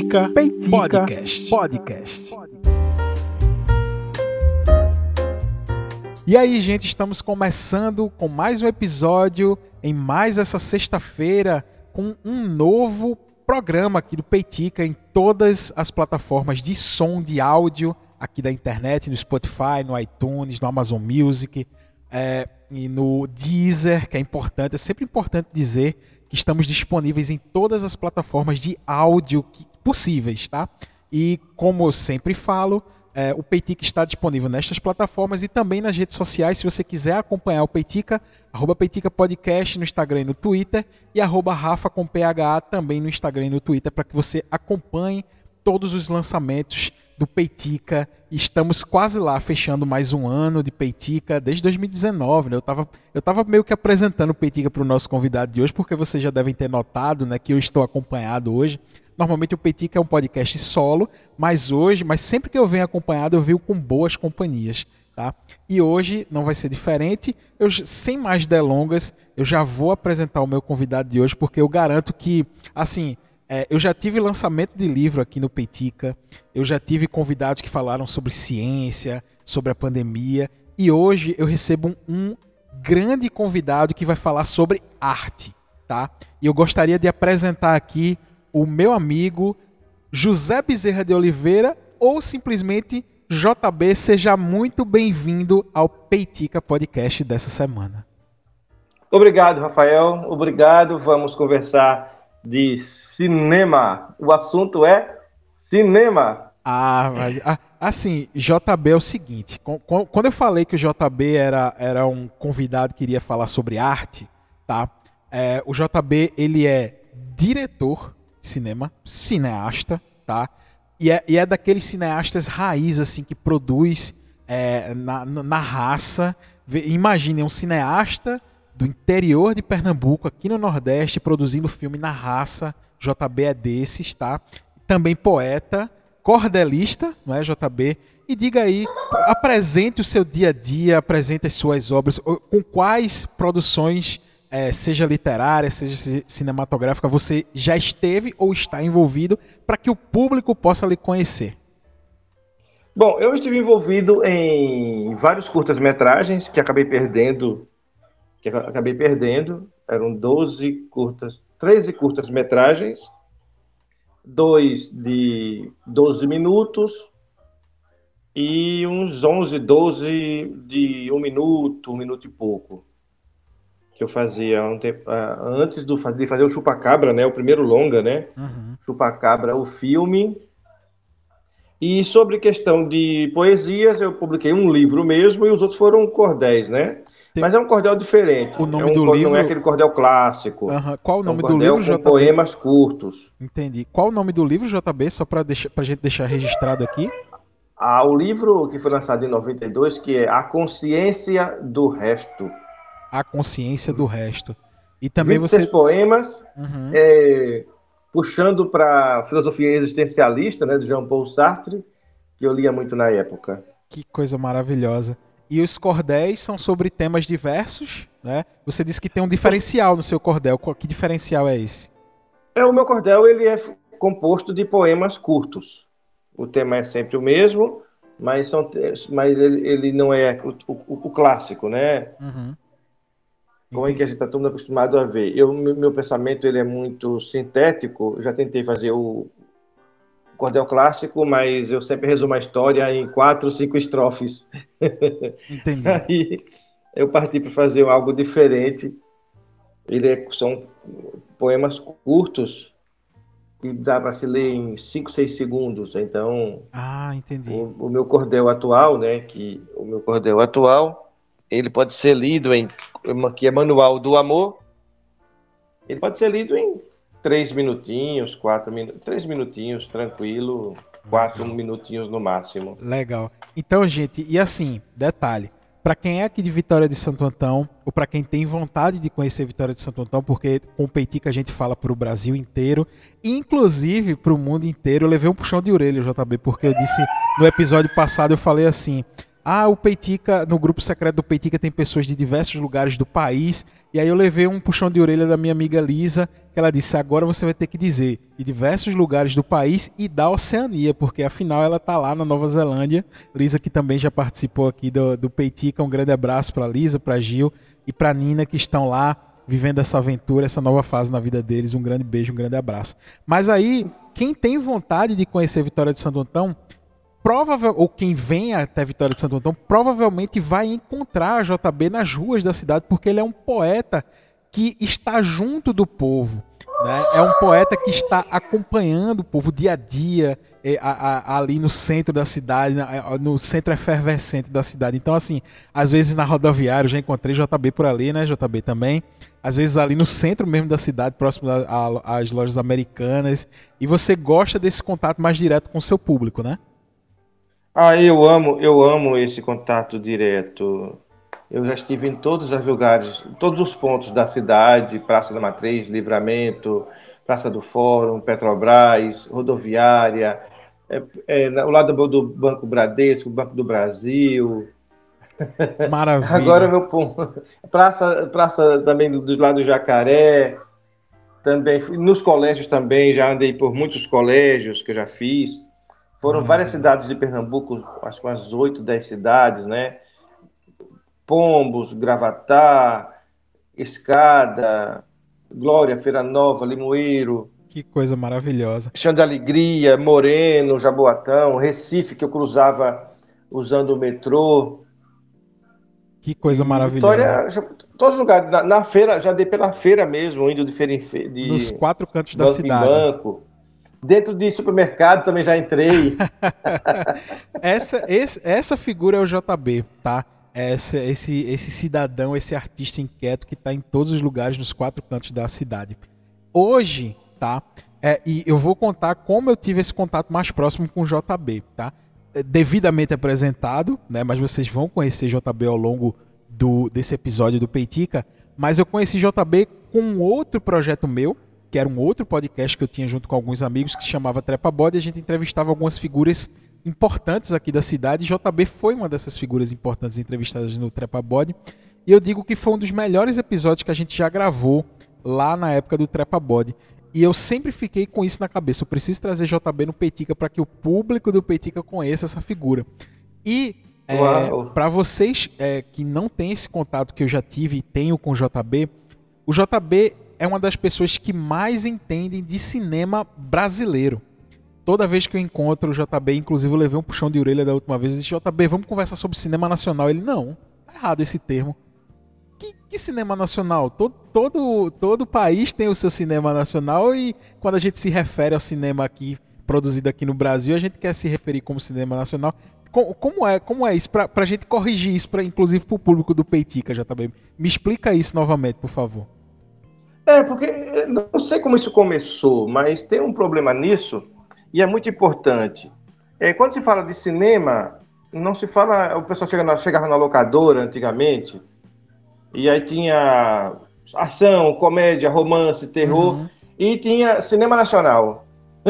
Peitica Podcast. E aí, gente, estamos começando com mais um episódio em mais essa sexta-feira com um novo programa aqui do Peitica em todas as plataformas de som, de áudio aqui da internet, no Spotify, no iTunes, no Amazon Music e no Deezer, que é importante, é sempre importante dizer que estamos disponíveis em todas as plataformas de áudio possíveis, tá? E como eu sempre falo, o Peitica está disponível nestas plataformas e também nas redes sociais. Se você quiser acompanhar o Peitica, @Peitica Podcast no Instagram e no Twitter e @Rafa com PHA também no Instagram e no Twitter para que você acompanhe todos os lançamentos do Peitica. Estamos quase lá, fechando mais um ano de Peitica, desde 2019, né? Eu tava meio que apresentando o Peitica para o nosso convidado de hoje, porque vocês já devem ter notado, né, que eu estou acompanhado hoje. Normalmente o Peitica é um podcast solo, mas sempre que eu venho acompanhado, eu venho com boas companhias, tá? E hoje não vai ser diferente. Sem mais delongas, eu já vou apresentar o meu convidado de hoje, porque eu garanto que, assim, eu já tive lançamento de livro aqui no Peitica, eu já tive convidados que falaram sobre ciência, sobre a pandemia, e hoje eu recebo um grande convidado que vai falar sobre arte, tá? E eu gostaria de apresentar aqui o meu amigo José Bezerra de Oliveira, ou simplesmente JB. Seja muito bem-vindo ao Peitica Podcast dessa semana. Obrigado, Rafael. Obrigado. Vamos conversar de cinema. O assunto é cinema. Assim, JB é o seguinte. Quando eu falei que o JB era um convidado que iria falar sobre arte, tá? O JB, ele é diretor de cinema, cineasta, tá? E é daqueles cineastas raiz, assim, que produz na raça. Imagine um cineasta do interior de Pernambuco, aqui no Nordeste, produzindo filme na raça. JB é desses, tá? Também poeta, cordelista, não é, JB? E diga aí, apresente o seu dia a dia, apresente as suas obras, com quais produções, seja literária, seja cinematográfica, você já esteve ou está envolvido, para que o público possa lhe conhecer. Bom, eu estive envolvido em vários curtas-metragens que acabei perdendo. Eram 13 curtas-metragens, 2 de 12 minutos e uns 12 de 1 minuto e pouco, que eu fazia antes de fazer o Chupacabra, né, o primeiro longa, né? Uhum. Chupacabra, o filme. E sobre questão de poesias, eu publiquei um livro mesmo e os outros foram cordéis, né? Mas é um cordel diferente. O nome do livro não é aquele cordel clássico. Uhum. Qual o nome do livro, JB? Poemas curtos. Entendi. Qual o nome do livro, JB? Só para a gente deixar registrado aqui. O livro que foi lançado em 92, que é A Consciência do Resto. A Consciência do Resto. E também 26 poemas, uhum, puxando para a filosofia existencialista, né, de Jean-Paul Sartre, que eu lia muito na época. Que coisa maravilhosa. E os cordéis são sobre temas diversos, né? Você disse que tem um diferencial no seu cordel. Que diferencial é esse? O meu cordel, ele é composto de poemas curtos. O tema é sempre o mesmo, mas ele não é o clássico, né? Uhum. Como é que a gente está todo mundo acostumado a ver. Meu pensamento, ele é muito sintético. Eu já tentei fazer o cordel clássico, mas eu sempre resumo a história em 4, 5 estrofes. Entendi. Aí eu parti para fazer algo diferente. São poemas curtos que dá para se ler em 5, 6 segundos. Então, entendi. O meu cordel atual, né? Ele pode ser lido que é Manual do Amor. Ele pode ser lido em 3 minutinhos, 4 minutos, 3 minutinhos, tranquilo, 4 minutinhos no máximo. Legal. Então, gente, e assim, detalhe, para quem é aqui de Vitória de Santo Antão, ou para quem tem vontade de conhecer Vitória de Santo Antão, porque com o Peitica a gente fala para o Brasil inteiro, inclusive para o mundo inteiro. Eu levei um puxão de orelha, JB, porque eu disse no episódio passado, eu falei assim, o Peitica, no grupo secreto do Peitica tem pessoas de diversos lugares do país. E aí eu levei um puxão de orelha da minha amiga Lisa, que ela disse, agora você vai ter que dizer de diversos lugares do país e da Oceania, porque afinal ela tá lá na Nova Zelândia. Lisa, que também já participou aqui do Peitica, um grande abraço para Lisa, para Gil e para Nina, que estão lá vivendo essa aventura, essa nova fase na vida deles. Um grande beijo, um grande abraço. Mas aí, quem tem vontade de conhecer Vitória de Santo Antão, ou quem vem até Vitória de Santo Antão, provavelmente vai encontrar a JB nas ruas da cidade, porque ele é um poeta que está junto do povo, né? É um poeta que está acompanhando o povo dia a dia, ali no centro da cidade, no centro efervescente da cidade. Então, assim, às vezes na rodoviária eu já encontrei JB por ali, né? JB também. Às vezes ali no centro mesmo da cidade, próximo às lojas americanas. E você gosta desse contato mais direto com o seu público, né? Eu amo esse contato direto. Eu já estive em todos os lugares, todos os pontos da cidade, Praça da Matriz, Livramento, Praça do Fórum, Petrobras, rodoviária, ao lado do Banco Bradesco, Banco do Brasil. Maravilha. Agora meu ponto. Praça também do lado do Jacaré, também nos colégios também, já andei por muitos colégios que eu já fiz. Foram várias cidades de Pernambuco, acho que umas 8, 10 cidades, né? Pombos, Gravatá, Escada, Glória, Feira Nova, Limoeiro. Que coisa maravilhosa. Chão de Alegria, Moreno, Jaboatão, Recife, que eu cruzava usando o metrô. Que coisa maravilhosa. Vitória, todos os lugares. Na feira, já dei pela feira mesmo, indo de feira em feira. Nos 4 cantos da cidade. Banco. Dentro de supermercado também já entrei. Essa figura é o JB, tá? Esse cidadão, esse artista inquieto que está em todos os lugares, nos 4 cantos da cidade. Hoje, tá? E eu vou contar como eu tive esse contato mais próximo com o JB, tá? Devidamente apresentado, né? Mas vocês vão conhecer JB ao longo desse episódio do Peitica. Mas eu conheci JB com um outro projeto meu, que era um outro podcast que eu tinha junto com alguns amigos, que se chamava Trepa Bode, e a gente entrevistava algumas figuras importantes aqui da cidade. JB foi uma dessas figuras importantes entrevistadas no Trepa Bode, e eu digo que foi um dos melhores episódios que a gente já gravou lá na época do Trepa Bode. E eu sempre fiquei com isso na cabeça, eu preciso trazer JB no Peitica para que o público do Peitica conheça essa figura. E para vocês que não têm esse contato que eu já tive e tenho com o JB é uma das pessoas que mais entendem de cinema brasileiro. Toda vez que eu encontro o JB, inclusive eu levei um puxão de orelha da última vez, eu disse, JB, vamos conversar sobre cinema nacional. Ele, não, tá errado esse termo. Que cinema nacional? Todo país tem o seu cinema nacional, e quando a gente se refere ao cinema aqui, produzido aqui no Brasil, a gente quer se referir como cinema nacional. Como é isso? Pra gente corrigir isso, inclusive pro público do Peitica, JB. Me explica isso novamente, por favor. Porque não sei como isso começou, mas tem um problema nisso, e é muito importante. Quando se fala de cinema, não se fala... O pessoal chegava na locadora antigamente, e aí tinha ação, comédia, romance, terror, e tinha cinema nacional.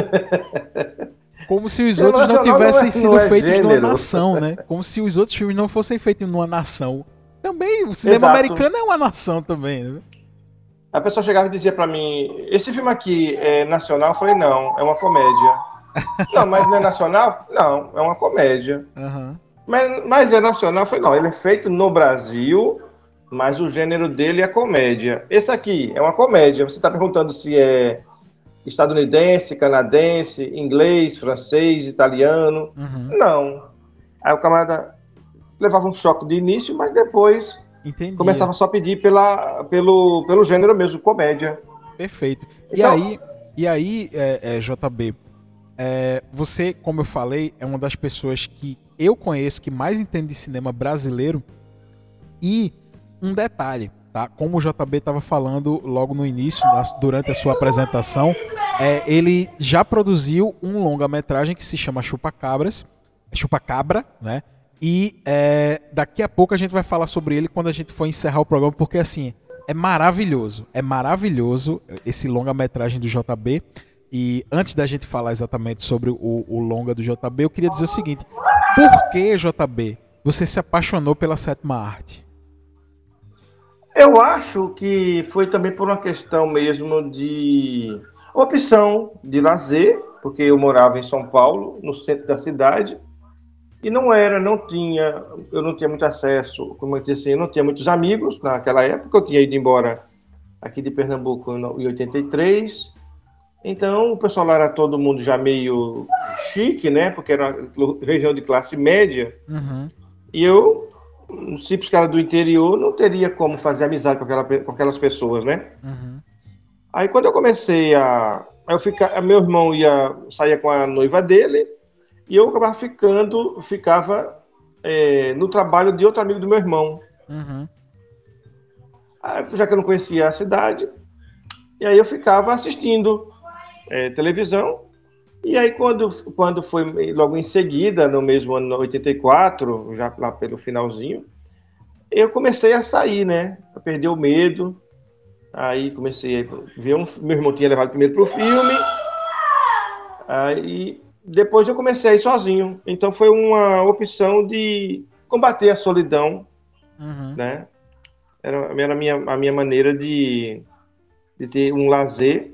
Como se os outros não tivessem sido feitos numa nação, né? Como se os outros filmes não fossem feitos numa nação. Também, o cinema americano é uma nação também, né? A pessoa chegava e dizia pra mim, esse filme aqui é nacional? Eu falei, não, é uma comédia. Não, mas não é nacional? Não, é uma comédia. Uhum. Mas é nacional? Eu falei, não, ele é feito no Brasil, mas o gênero dele é comédia. Esse aqui é uma comédia. Você está perguntando se é estadunidense, canadense, inglês, francês, italiano. Uhum. Não. Aí o camarada levava um choque de início, mas depois... Entendi. Começava só a pedir pelo gênero mesmo, comédia. Perfeito. Então, e aí, JB, você, como eu falei, é uma das pessoas que eu conheço que mais entende de cinema brasileiro. E um detalhe, tá? Como o JB estava falando logo no início, durante a sua apresentação, ele já produziu um longa-metragem que se chama Chupa-Cabra, né? E daqui a pouco a gente vai falar sobre ele quando a gente for encerrar o programa, porque assim, é maravilhoso esse longa-metragem do JB. E antes da gente falar exatamente sobre o longa do JB, eu queria dizer o seguinte: por que, JB, você se apaixonou pela sétima arte? Eu acho que foi também por uma questão mesmo de opção de lazer, porque eu morava em São Paulo, no centro da cidade, e eu não tinha muito acesso, como eu disse assim, eu não tinha muitos amigos naquela época, eu tinha ido embora aqui de Pernambuco em 83, então o pessoal lá era todo mundo já meio chique, né, porque era uma região de classe média, e eu, um simples cara do interior, não teria como fazer amizade com aquelas pessoas, né? Aí quando eu comecei meu irmão saía com a noiva dele, e eu acabava ficava no trabalho de outro amigo do meu irmão. Aí, já que eu não conhecia a cidade, e aí eu ficava assistindo televisão, e aí quando foi logo em seguida, no mesmo ano 84, já lá pelo finalzinho, eu comecei a sair, né? A perder o medo. Aí comecei a ver meu irmão tinha levado primeiro pro filme. Aí depois eu comecei a ir sozinho. Então foi uma opção de combater a solidão, né? Era a minha maneira de ter um lazer.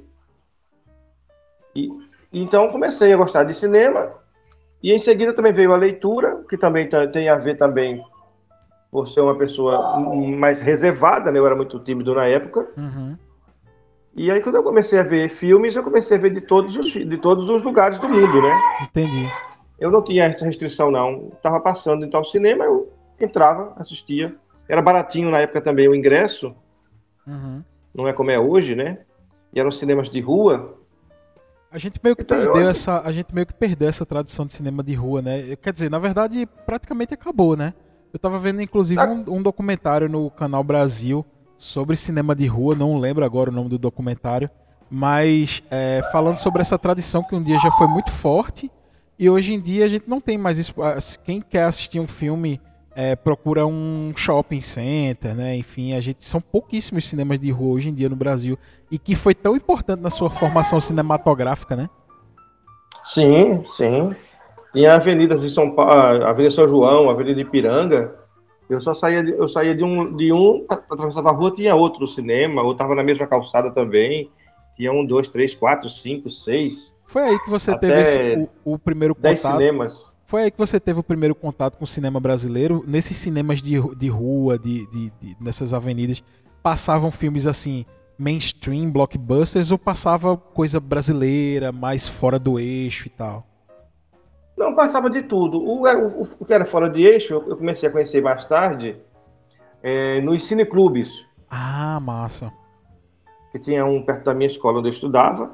E então comecei a gostar de cinema. E em seguida também veio a leitura, que também tem a ver também por ser uma pessoa mais reservada, né? Eu era muito tímido na época. E aí, quando eu comecei a ver filmes, eu comecei a ver de todos os lugares do mundo, né? Entendi. Eu não tinha essa restrição, não. Estava passando em tal cinema, eu entrava, assistia. Era baratinho na época também o ingresso. Não é como é hoje, né? E eram cinemas de rua. A gente meio que a gente meio que perdeu essa tradição de cinema de rua, né? Quer dizer, na verdade, praticamente acabou, né? Eu tava vendo, inclusive, um documentário no Canal Brasil sobre cinema de rua, não lembro agora o nome do documentário, mas falando sobre essa tradição que um dia já foi muito forte e hoje em dia a gente não tem mais isso. Quem quer assistir um filme procura um shopping center, né? Enfim, são pouquíssimos cinemas de rua hoje em dia no Brasil e que foi tão importante na sua formação cinematográfica, né? Sim, sim. Tinha avenidas de São Paulo, Avenida São João, Avenida Ipiranga. Eu saía de um, atravessava a rua, tinha outro cinema, ou estava na mesma calçada também. Tinha 1, 2, 3, 4, 5, 6. Foi aí que você até teve o primeiro 10 contato. cinemas. Foi aí que você teve o primeiro contato com o cinema brasileiro? Nesses cinemas de rua, nessas avenidas, passavam filmes assim, mainstream, blockbusters, ou passava coisa brasileira, mais fora do eixo e tal? Não, passava de tudo. O que era fora de eixo, eu comecei a conhecer mais tarde, nos cineclubes. Ah, massa. Que tinha um perto da minha escola onde eu estudava.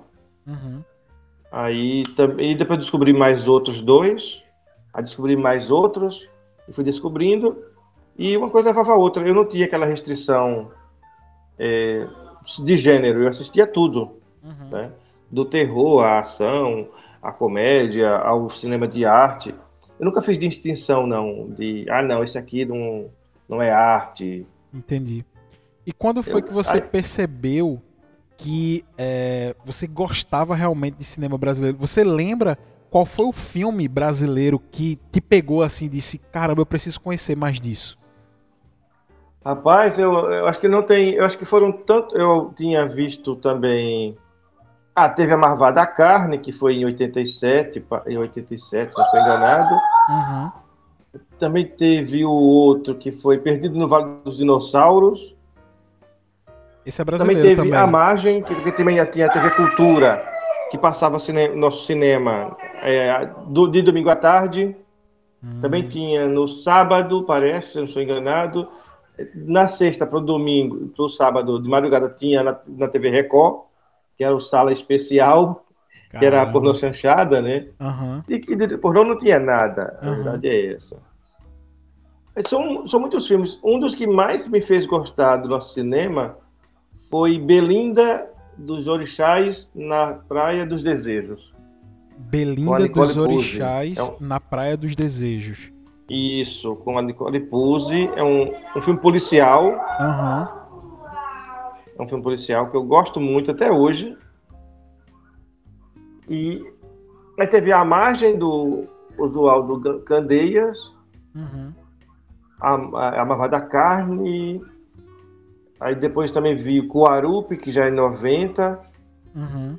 Aí e depois descobri mais outros dois. Aí descobri mais outros. E fui descobrindo. E uma coisa levava a outra. Eu não tinha aquela restrição de gênero. Eu assistia tudo. Né? Do terror, à ação, à comédia, ao cinema de arte. Eu nunca fiz distinção, não. Não, esse aqui não é arte. Entendi. E quando foi que você percebeu que você gostava realmente de cinema brasileiro? Você lembra qual foi o filme brasileiro que te pegou assim e disse, caramba, eu preciso conhecer mais disso? Rapaz, eu acho que não tem. Eu acho que foram tanto. Eu tinha visto também. Teve a Marvada da Carne, que foi em 87, se eu estou enganado. Também teve o outro que foi Perdido no Vale dos Dinossauros. Esse é brasileiro também. Também teve A Margem, que também tinha a TV Cultura, que passava nosso cinema de domingo à tarde. Também tinha no sábado, parece, se eu não estou enganado. Na sexta para o domingo, para o sábado, de madrugada, tinha na TV Record, que era o Sala Especial, que era a pornô chanchada, né? E que de pornô não tinha nada, a verdade é essa. São muitos filmes. Um dos que mais me fez gostar do nosso cinema foi Belinda dos Orixás na Praia dos Desejos. Belinda dos Orixás na Praia dos Desejos. Isso, com a Nicole Puzzi. É um filme policial. É um filme policial que eu gosto muito até hoje. E aí teve A Margem, do Oswaldo Candeias. A Mamá da Carne. Aí depois também vi o Kuarupi, que já é 90. Uhum.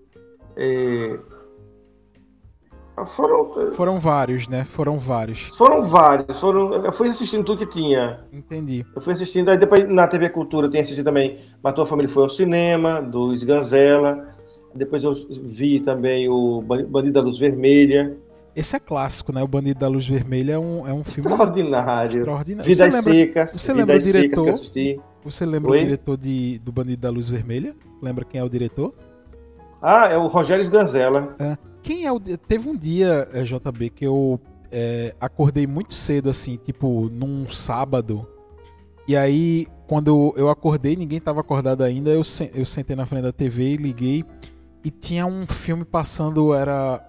Foram vários, né? Foram vários. vários. Eu fui assistindo tudo que tinha. Entendi. Eu fui assistindo. Aí depois na TV Cultura eu tenho assistido também Matou a Família Foi ao Cinema, do Sganzella. Depois eu vi também o Bandido da Luz Vermelha. Esse é clássico, né? O Bandido da Luz Vermelha é um filme extraordinário. Vidas Secas. Você lembra o diretor? Que eu assisti. Você lembra o diretor do Bandido da Luz Vermelha? Lembra quem é o diretor? É o Rogério Sganzella. Quem é o... Teve um dia, JB, que eu acordei muito cedo, assim, tipo, num sábado. E aí, quando eu acordei, ninguém tava acordado ainda, eu sentei na frente da TV e liguei. E tinha um filme passando, era...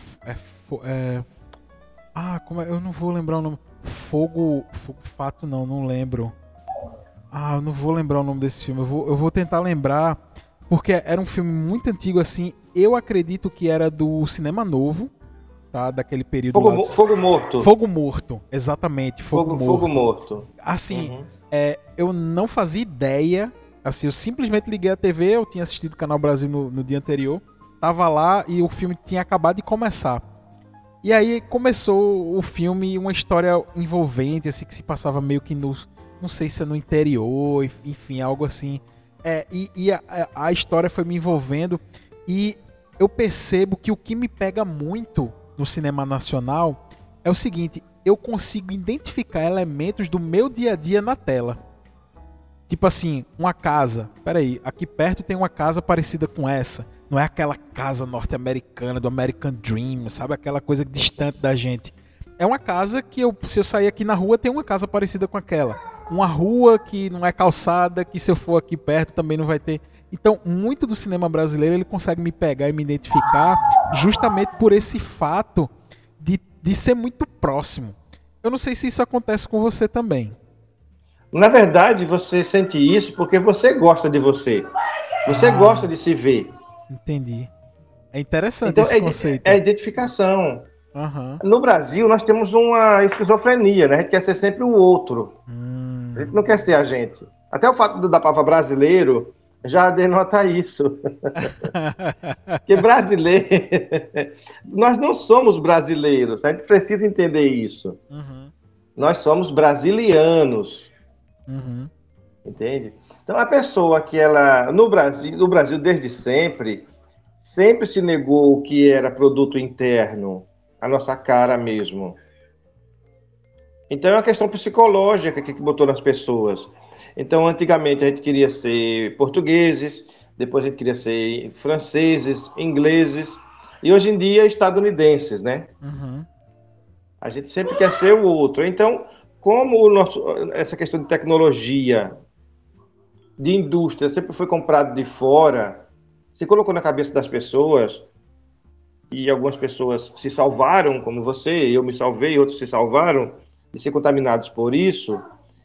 como é? Eu não vou lembrar o nome. Fogo Fato, não lembro. Eu não vou lembrar o nome desse filme. Eu vou tentar lembrar, porque era um filme muito antigo, assim. Eu acredito que era do Cinema Novo, tá? Daquele período lá. Fogo Morto. Fogo Morto, exatamente. Fogo Morto. Assim, eu não fazia ideia. Assim, eu simplesmente liguei a TV, eu tinha assistido o Canal Brasil no dia anterior. Tava lá e o filme tinha acabado de começar. E aí começou o filme, uma história envolvente, assim, que se passava meio que no... Não sei se é no interior, enfim, algo assim. A história foi me envolvendo. E eu percebo que o que me pega muito no cinema nacional é o seguinte: eu consigo identificar elementos do meu dia a dia na tela. Tipo assim, uma casa. Peraí, aqui perto tem uma casa parecida com essa. Não é aquela casa norte-americana do American Dream, sabe? Aquela coisa distante da gente. É uma casa que se eu sair aqui na rua, tem uma casa parecida com aquela. Uma rua que não é calçada, que se eu for aqui perto também não vai ter. Então, muito do cinema brasileiro ele consegue me pegar e me identificar justamente por esse fato de ser muito próximo. Eu não sei se isso acontece com você também. Na verdade, você sente isso porque você gosta de você. Você gosta de se ver. Entendi. É interessante então, esse conceito. É a identificação. Uhum. No Brasil, nós temos uma esquizofrenia, né? A gente quer ser sempre o outro. A gente não quer ser a gente. Até o fato da palavra brasileiro já denota isso. Porque brasileiro... Nós não somos brasileiros. A gente precisa entender isso. Uhum. Nós somos brasilianos. Uhum. Entende? Então, a pessoa que ela... No Brasil desde sempre se negou o que era produto interno, a nossa cara mesmo. Então, é uma questão psicológica que botou nas pessoas. Então, antigamente, a gente queria ser portugueses, depois a gente queria ser franceses, ingleses, e hoje em dia, estadunidenses, né? Uhum. A gente sempre quer ser o outro. Então, como essa questão de tecnologia, de indústria, sempre foi comprado de fora, se colocou na cabeça das pessoas, e algumas pessoas se salvaram, como você, eu me salvei, outros se salvaram, de ser contaminados por isso,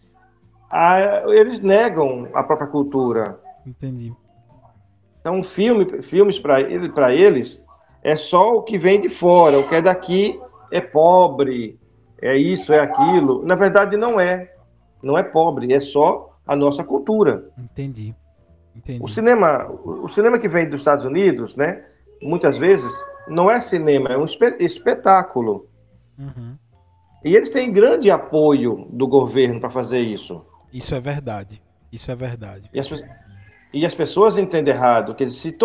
eles negam a própria cultura. Entendi. Então, filmes para eles é só o que vem de fora, o que é daqui é pobre, é isso, é aquilo. Na verdade, não é. Não é pobre, é só a nossa cultura. Entendi. O cinema que vem dos Estados Unidos, né, muitas vezes, não é cinema, é um espetáculo. Uhum. E eles têm grande apoio do governo para fazer isso. Isso é verdade. E as pessoas entendem errado, que se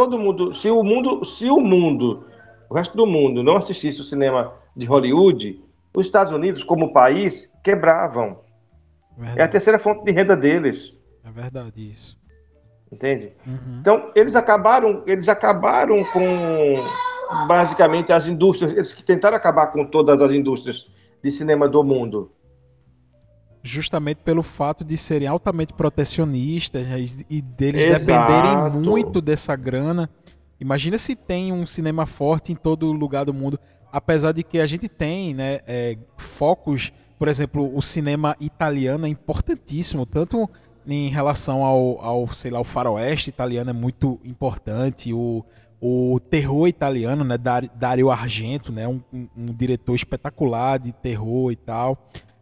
o resto do mundo não assistisse o cinema de Hollywood, os Estados Unidos, como país, quebravam. Verdade. É a terceira fonte de renda deles. É verdade isso. Entende? Uhum. Então, eles acabaram com, basicamente, as indústrias. Eles que tentaram acabar com todas as indústrias de cinema do mundo. Justamente pelo fato de serem altamente protecionistas, né, e deles dependerem muito dessa grana. Imagina se tem um cinema forte em todo lugar do mundo. Apesar de que a gente tem, né, focos, por exemplo, o cinema italiano é importantíssimo, tanto em relação ao sei lá, o faroeste italiano é muito importante, o terror italiano, né, Dario Argento, né, um diretor espetacular de terror e tal.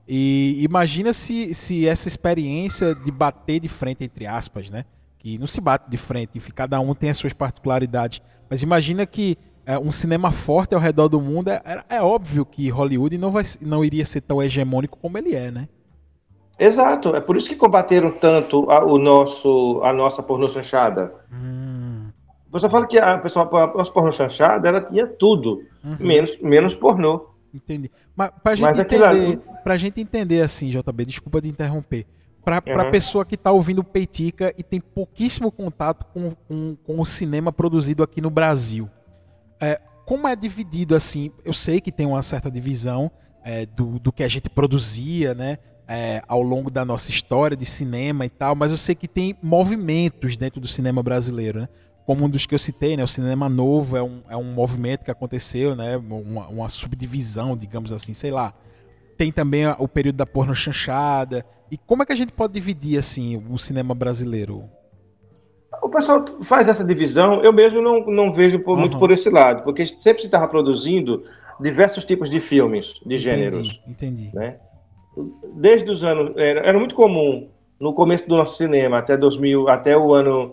E imagina se essa experiência de bater de frente, entre aspas, né? Que não se bate de frente, enfim, cada um tem as suas particularidades. Mas imagina que um cinema forte ao redor do mundo, é óbvio que Hollywood não iria ser tão hegemônico como ele é, né? Exato, é por isso que combateram tanto a nossa pornô chanchada. Você fala que a nossa pornô chanchada, ela tinha tudo, menos pornô. Entendi. Mas pra Mas gente entender assim, JB, desculpa te interromper. Pra Uhum. pessoa que tá ouvindo Peitica e tem pouquíssimo contato com o cinema produzido aqui no Brasil. Como é dividido assim? Eu sei que tem uma certa divisão do que a gente produzia, né? Ao longo da nossa história de cinema e tal, mas eu sei que tem movimentos dentro do cinema brasileiro, né? Como um dos que eu citei, né? O cinema novo é um movimento que aconteceu, né? Uma subdivisão, digamos assim, sei lá. Tem também o período da porno chanchada. E como é que a gente pode dividir assim o cinema brasileiro? O pessoal faz essa divisão, eu mesmo não vejo muito por esse lado, porque sempre se estava produzindo diversos tipos de filmes, de gêneros. Entendi. Né? Desde os anos. Era muito comum, no começo do nosso cinema, até 2000, até o ano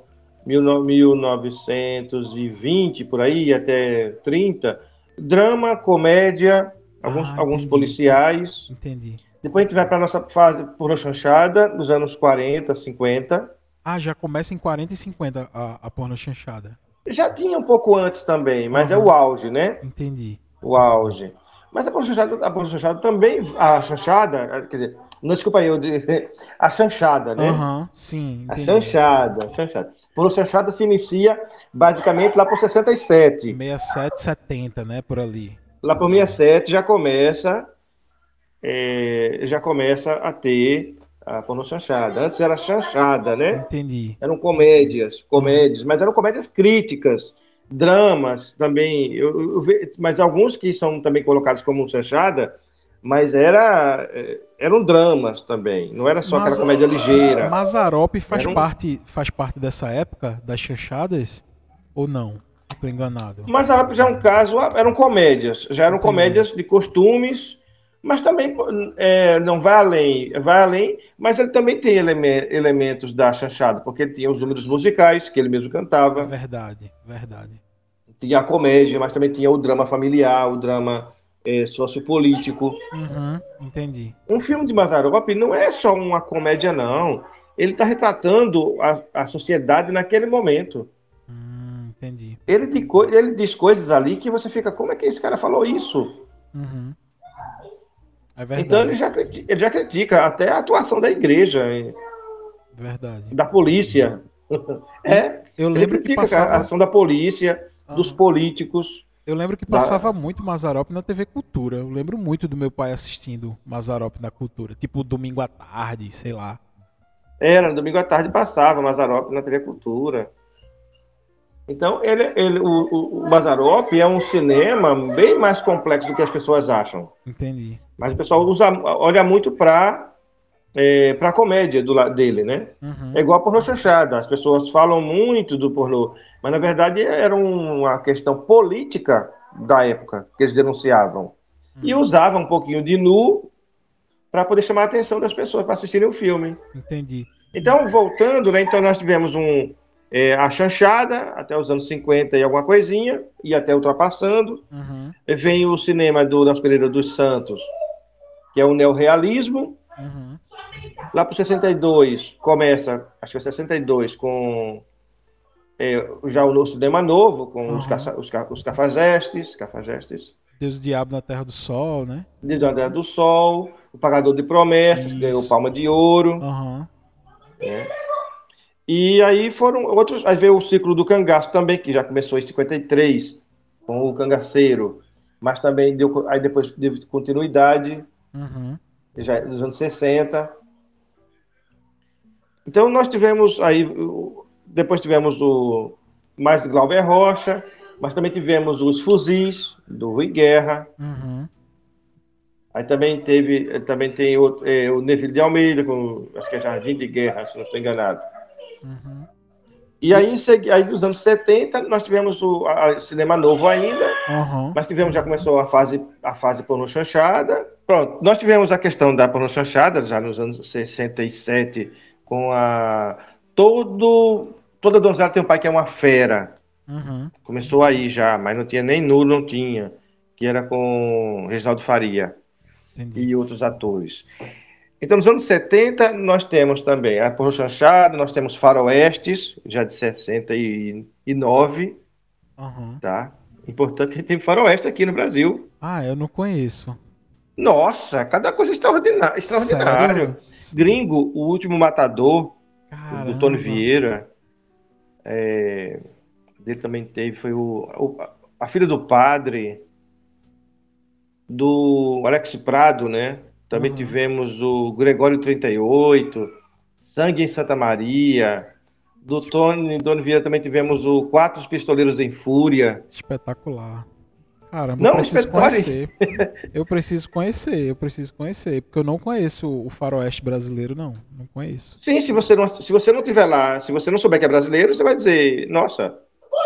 1920, por aí, até 30, drama, comédia, alguns policiais. Entendi. Depois a gente vai para a nossa fase pornô chanchada, nos anos 40, 50. Ah, já começa em 40 e 50 a porno chanchada. Já tinha um pouco antes também, mas é o auge, né? Entendi. O auge. Mas a porno chanchada também, a chanchada, quer dizer, não, desculpa aí, a chanchada, né? Sim, entendi. A chanchada. Porno chanchada se inicia basicamente lá por 67. 67, 70, né, por ali. Lá por 67 já começa a ter a porno chanchada. Antes era chanchada, né? Entendi. Eram comédias, mas eram comédias críticas, dramas também. Mas alguns que são também colocados como chanchada, mas eram dramas também. Não era só aquela comédia ligeira. Mazzaropi faz parte dessa época das chanchadas ou não? Estou enganado. Mazzaropi já é um caso, eram comédias, comédias de costumes. Mas também não vai além, mas ele também tem elementos da chanchada, porque ele tinha os números musicais, que ele mesmo cantava. É verdade. Tinha a comédia, mas também tinha o drama familiar, o drama sociopolítico. Entendi. Um filme de Mazzaropi não é só uma comédia, não. Ele está retratando a sociedade naquele momento. Entendi. Ele diz coisas ali que você fica, como é que esse cara falou isso? É verdade. Então ele já critica até a atuação da igreja, verdade. Da polícia. Eu lembro que passava a ação da polícia, dos políticos. Eu lembro que passava muito Mazzaropi na TV Cultura. Eu lembro muito do meu pai assistindo Mazzaropi na Cultura, tipo domingo à tarde, sei lá. No domingo à tarde passava Mazzaropi na TV Cultura. Então, o Mazzaropi é um cinema bem mais complexo do que as pessoas acham. Entendi. Mas o pessoal olha muito para a comédia dele, né? É igual a pornô chanchada. As pessoas falam muito do pornô, mas na verdade era uma questão política da época que eles denunciavam. E usavam um pouquinho de nu para poder chamar a atenção das pessoas para assistirem o filme. Entendi. Então, voltando, né? Então nós tivemos a chanchada até os anos 50 e alguma coisinha, e até ultrapassando. Vem o cinema do Nelson Pereira dos Santos, que é o neorrealismo. Lá para 62 começa, acho que é 62, com já o cinema novo, com os cafajestes. Deus e Diabo na Terra do Sol, né? Deus na Terra do Sol, o Pagador de Promessas, que ganhou Palma de Ouro. E aí foram outros. Aí veio o ciclo do cangaço também, que já começou em 53, com o Cangaceiro. Mas também aí depois deu continuidade, já nos anos 60. Então nós tivemos aí. Depois tivemos mais de Glauber Rocha, mas também tivemos os Fuzis, do Rui Guerra. Aí também tem o Neville de Almeida, acho que é Jardim de Guerra, se não estou enganado. E aí nos anos 70, nós tivemos o cinema novo ainda, mas já começou a fase pornô chanchada, Pronto, nós tivemos a questão da pornochanchada já nos anos 67, com a. Toda donzela tem um pai que é uma fera. Uhum, Começou aí já, mas não tinha nem nulo, não tinha. Que era com Reginaldo Faria entendi. e outros atores. Então, nos anos 70, nós temos também a pornochanchada, nós temos faroestes, já de 69, Uhum. tá? Importante que tem faroeste aqui no Brasil. Ah, eu não conheço. Nossa, cada coisa extraordinária, Sério? extraordinário. Gringo, O Último Matador, do Tony Caramba. Vieira, dele também teve, foi A Filha do Padre, do Alex Prado, né? Também Uhum. tivemos o Gregório 38, Sangue em Santa Maria, do Tony Vieira também tivemos o Quatro Pistoleiros em Fúria. Espetacular. Caramba, eu Não, preciso olha, conhecer. Eu preciso conhecer, porque eu não conheço o Faroeste brasileiro, não. Não conheço. sim, se você não tiver lá, se você não souber que é brasileiro, você vai dizer, nossa,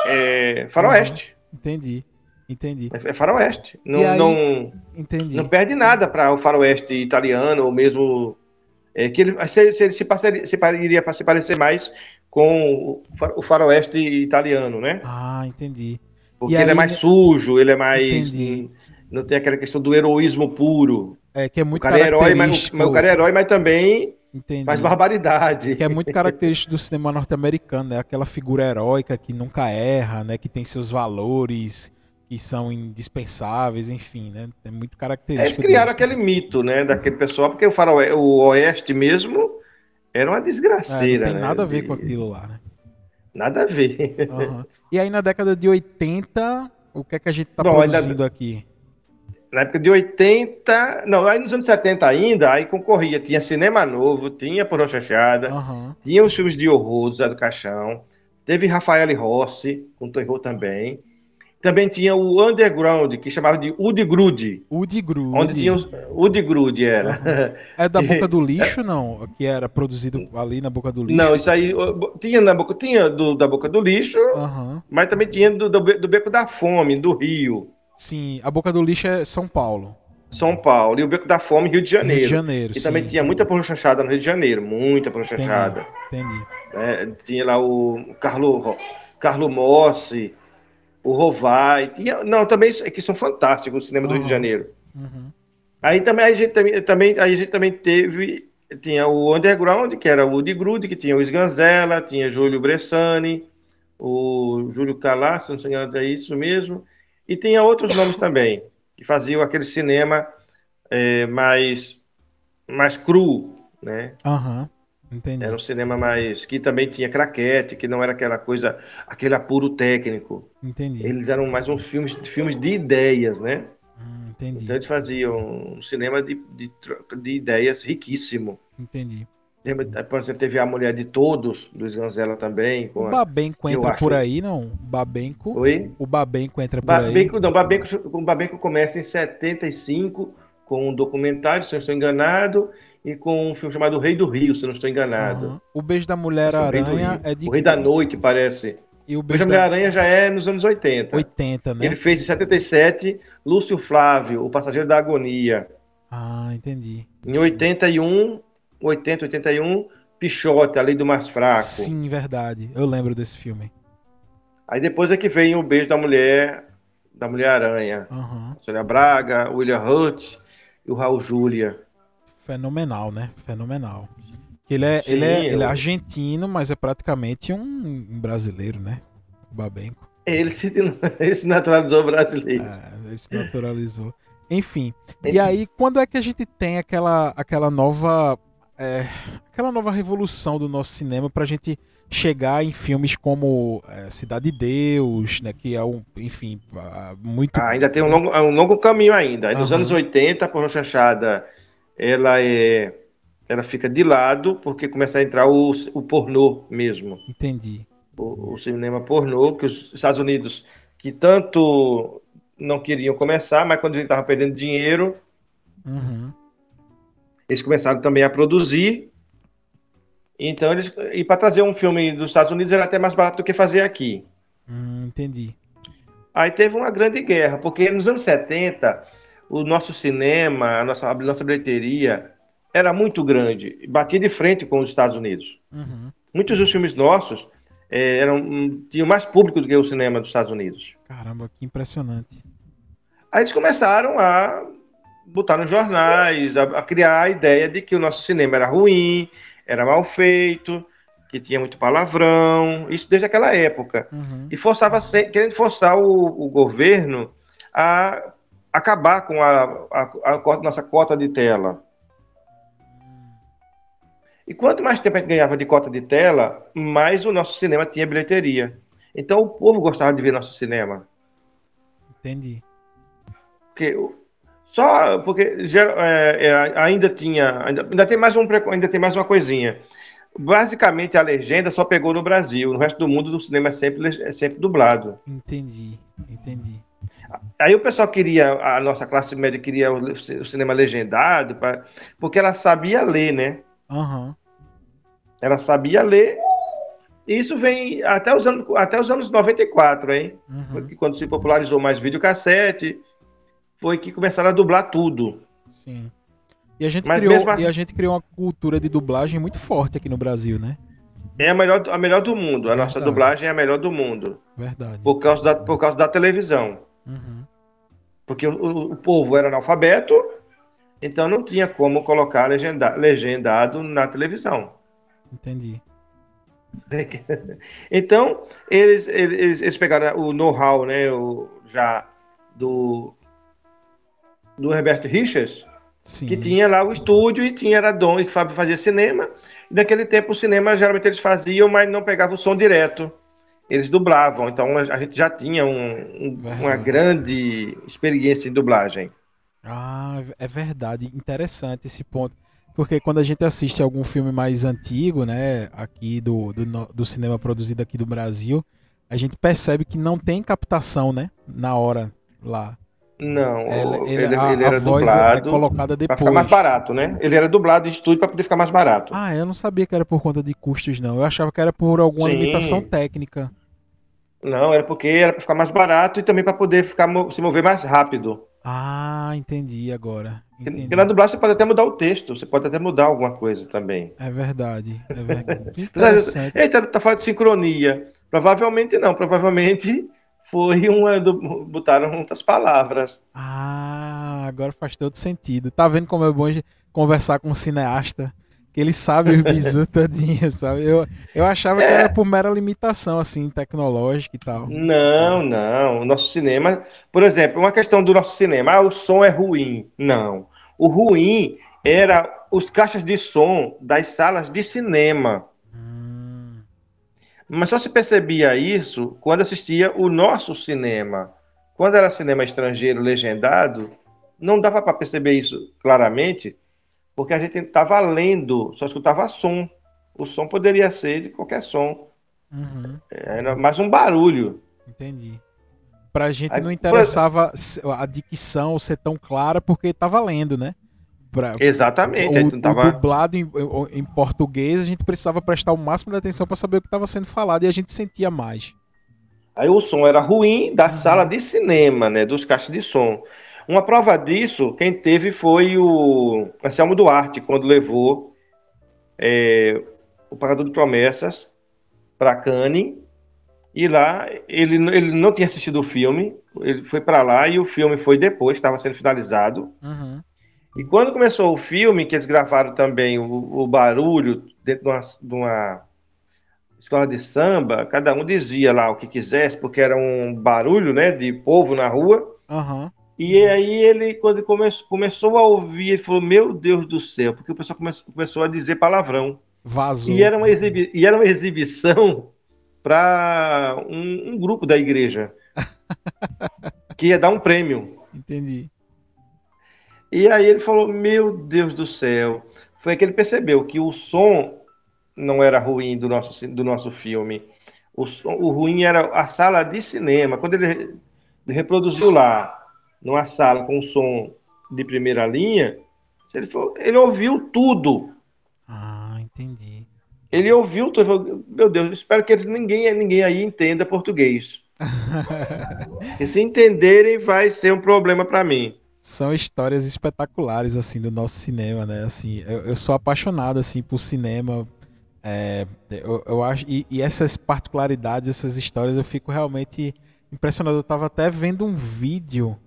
é Aham. faroeste. Entendi. Entendi. É faroeste. E Não, aí, não entendi. perde nada para o faroeste italiano, ou mesmo. Que ele iria se parecer mais com o faroeste italiano, né? Ah, entendi. E Porque ele é aí, mais sujo, ele é mais. entendi. Não tem aquela questão do heroísmo puro. É que é O muito cara é herói, mas o cara é característico. herói, mas também faz Entendi. barbaridade. Que é muito característico do cinema norte-americano, né? Aquela figura heróica que nunca erra, né? Que tem seus valores que são indispensáveis, enfim, né? É muito Eles característico criaram deles. aquele mito, né, daquele pessoal, porque o Oeste mesmo era uma É, não desgraceira, tem né? nada a ver com aquilo lá, né? Nada a ver. Aham. E aí na década de 80, o que é que a gente tá Bom, produzindo aqui? na época de 80, não, aí nos anos 70 ainda, aí concorria, tinha Cinema Novo, tinha Pornochanchada, Aham. tinha os filmes de horror do Zé do Caixão, teve Rafael Rossi, com terror também. Também tinha o Underground, que chamava de Udi Grude, Woody onde tinha Grude. os. Udi Grude Aham. era. É da Boca do Lixo, não? Que era produzido ali na Boca do Não, Lixo? isso aí tinha na boca, tinha da Boca do Lixo, Aham. mas também tinha do Beco da Fome, do Rio, Sim, a Boca do Lixo é São Paulo. São Paulo, e o Beco da Fome, Rio de Rio de Janeiro. Janeiro, E também sim. tinha muita pornochanchada no Rio de Janeiro, muita Entendi. pornochanchada. Entendi. Tinha lá o Carlo Mossi, o Rovai, tinha, não, também que são fantásticos o cinema do Rio de Aham. Janeiro. Uhum. Aí também a gente também teve, tinha o Underground, que era o Woody Grude, que tinha o Sganzella, tinha Júlio Bressani, o Júlio Calá, se não se engano é isso mesmo, e tinha outros nomes também, que faziam aquele cinema mais cru, né? Aham. Era Entendi. um cinema mais que também tinha craquete, que não era aquela coisa, aquele apuro técnico. Entendi. Eles eram mais uns filmes de ideias, né? Então Entendi. eles faziam um cinema de ideias riquíssimo. Entendi. Por exemplo, teve A Mulher de Todos, do Sganzella também, O Babenco que eu entra por acho. aí, não? Babenco. Oi? O Babenco entra por aí. Babenco, não, Babenco começa em 75 com um documentário, se eu não estou enganado, e com um filme chamado O Rei do Rio, se eu não estou enganado. Aham. O Beijo da Acho que é O Rei do Mulher-Aranha Rio. é de. O Rei da Noite, parece. E o O Beijo Beijo da da Mulher-Aranha já é nos anos 80. 80, Ele né? fez em 77 Lúcio Flávio, O Passageiro da Agonia. Ah, entendi. Em 81, Pichote, A Lei do Mais Fraco. Sim, verdade. Eu lembro desse filme. Aí depois é que vem O Beijo da Mulher-Aranha. Aham. Sônia Braga, William Hurt e o Raul Júlia. Fenomenal, né? Fenomenal. Ele é Sim, argentino, mas é praticamente um brasileiro, né? O Babenco. ele se, ele se naturalizou brasileiro. É, ele se naturalizou. Enfim. E aí, quando é que a gente tem aquela nova. Aquela nova revolução do nosso cinema pra gente chegar em filmes como Cidade de Deus, né? Que é enfim, muito. Ainda tem um longo caminho ainda. Aí nos anos Aham, 80, a pornochanchada, ela ela fica de lado, porque começa a entrar o pornô mesmo. entendi. O cinema pornô, que os Estados Unidos, que tanto não queriam começar, mas quando eles estavam perdendo dinheiro, Uhum, eles começaram também a produzir. Então, e para trazer um filme dos Estados Unidos era até mais barato do que fazer aqui. entendi. Aí teve uma grande guerra, porque nos anos 70, o nosso cinema, a nossa bilheteria era muito grande, batia de frente com os Estados Unidos. Uhum. Muitos dos filmes nossos tinham mais público do que o cinema dos Estados Unidos. Caramba, que impressionante. Aí eles começaram a botar nos jornais, a criar a ideia de que o nosso cinema era ruim, era mal feito, que tinha muito palavrão, isso desde aquela época. Uhum. E querendo forçar o governo a acabar com a nossa cota de tela. E quanto mais tempo a gente ganhava de cota de tela, mais o nosso cinema tinha bilheteria. Então o povo gostava de ver nosso cinema. Entendi. Porque ainda tem mais uma coisinha. Basicamente a legenda só pegou no Brasil, no resto do mundo o cinema é sempre dublado. Entendi. Aí o pessoal queria, a nossa classe média queria o cinema legendado, porque ela sabia ler, né? Aham. Ela sabia ler. E isso vem até os anos 94, hein? Foi Uhum. que quando se popularizou mais videocassete, foi que começaram a dublar tudo. Sim. E a gente Mas criou, mesmo e a assim, gente criou uma cultura de dublagem muito forte aqui no Brasil, né? é a melhor do mundo. A nossa Verdade, dublagem é a melhor do mundo. verdade. Por causa da televisão. Uhum. Porque o povo era analfabeto, então não tinha como colocar legendado na televisão. Entendi. Então, eles pegaram o know-how, né, já do Herbert Richards, que Sim. tinha lá o estúdio e era dono que fazia cinema. E naquele tempo o cinema geralmente eles faziam, mas não pegavam o som direto. Eles dublavam. Então a gente já tinha uma Verdade. grande experiência em dublagem. Ah, é verdade. Interessante esse ponto. Porque quando a gente assiste algum filme mais antigo, né, aqui do cinema produzido aqui do Brasil, a gente percebe que não tem captação, né, na hora lá. Não, ele A era voz é dublado colocada para ficar mais depois. barato, né? Ele era dublado em estúdio para poder ficar mais barato. Ah, eu não sabia que era por conta de custos, não. Eu achava que era por alguma limitação Sim, técnica. não, era porque era para ficar mais barato e também para poder se mover mais rápido. Ah, entendi agora. Porque na Entendi. dublagem você pode até mudar o texto, você pode até mudar alguma coisa também. É verdade. É verdade. Que interessante. Eita, tá falando de sincronia. Provavelmente não, provavelmente foi botaram muitas palavras. Ah, agora faz todo sentido. Tá vendo como é bom conversar com um cineasta? Que ele sabe os bizu todinho, sabe? Eu achava que era É, por mera limitação, assim, tecnológica e tal. não, não. O nosso cinema, por exemplo, uma questão do nosso cinema, o som é ruim. Não. O ruim era os caixas de som das salas de cinema. Hum, Mas só se percebia isso quando assistia o nosso cinema. Quando era cinema estrangeiro legendado, não dava para perceber isso claramente, porque a gente estava lendo, só escutava som. O som poderia ser de qualquer som, uhum, era mais um barulho. entendi. Pra gente Aí, não interessava a dicção ser tão clara porque tava lendo, né? exatamente, aí tu não O tava. dublado em português, a gente precisava prestar o máximo de atenção para saber o que estava sendo falado e a gente sentia mais. Aí o som era ruim da sala Uhum. de cinema, né? Dos caixas de som. Uma prova disso, quem teve foi o Anselmo Duarte, quando levou o Pagador de Promessas para Cannes. E lá ele não tinha assistido o filme, ele foi para lá e o filme foi depois, estava sendo finalizado. Uhum. E quando começou o filme, que eles gravaram também o barulho dentro de uma escola de samba, cada um dizia lá o que quisesse, porque era um barulho, né, de povo na rua. Aham. E aí ele, quando ele começou a ouvir, ele falou, meu Deus do céu, porque o pessoal começou a dizer palavrão. E Vazou. era uma exibição para um grupo da igreja, que ia dar um prêmio. Entendi. E aí ele falou, meu Deus do céu. Foi aí que ele percebeu que o som não era ruim do nosso filme. O ruim era a sala de cinema. Quando ele reproduziu lá, numa sala com som de primeira linha, ele ouviu tudo. Ah, entendi. Ele ouviu tudo. Ele falou, meu Deus, espero que ninguém aí entenda português. E se entenderem, vai ser um problema para mim. São histórias espetaculares, assim, do nosso cinema, né? Assim, eu sou apaixonado, assim, por cinema. Eu acho, e essas particularidades, essas histórias, eu fico realmente impressionado. Eu tava até vendo um vídeo,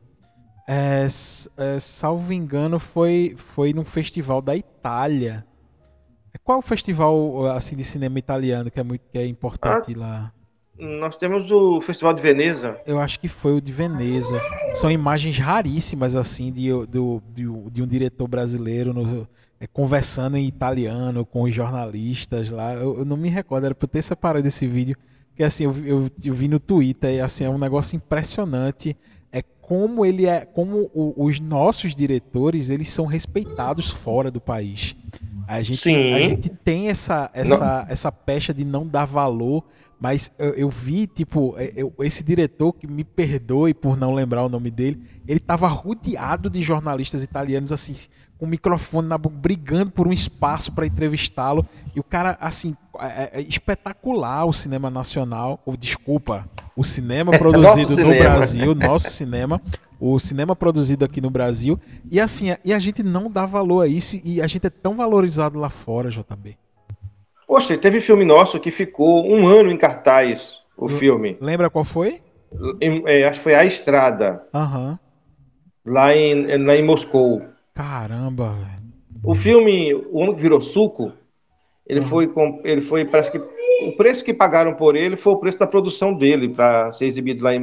salvo engano, foi num festival da Itália. Qual é o festival, assim, de cinema italiano que é Ah, importante lá? nós temos o Festival de Veneza. Eu acho que foi o de Veneza. São imagens raríssimas, assim, de um diretor brasileiro conversando em italiano com os jornalistas lá. Eu não me recordo, era pra eu ter separado esse vídeo. Que assim, eu vi no Twitter, e assim, é um negócio impressionante. É como os nossos diretores, eles são respeitados fora do país. A gente Sim. tem essa, No- essa, essa pecha de não dar valor, mas eu vi, tipo, esse diretor, que me perdoe por não lembrar o nome dele, ele estava rodeado de jornalistas italianos, assim, com o microfone na boca, brigando por um espaço para entrevistá-lo. E o cara, assim, é espetacular o cinema nacional, ou desculpa, o cinema Nosso produzido no cinema. Brasil, nosso cinema, o cinema produzido aqui no Brasil. E assim, e a gente não dá valor a isso, e a gente é tão valorizado lá fora, JB. Poxa, teve filme nosso que ficou um ano em cartaz, o filme. Lembra qual foi? Acho que foi A Estrada, Aham. lá em Moscou. Caramba, velho. O filme O Homem que Virou Suco, Aham. parece que o preço que pagaram por ele foi o preço da produção dele para ser exibido lá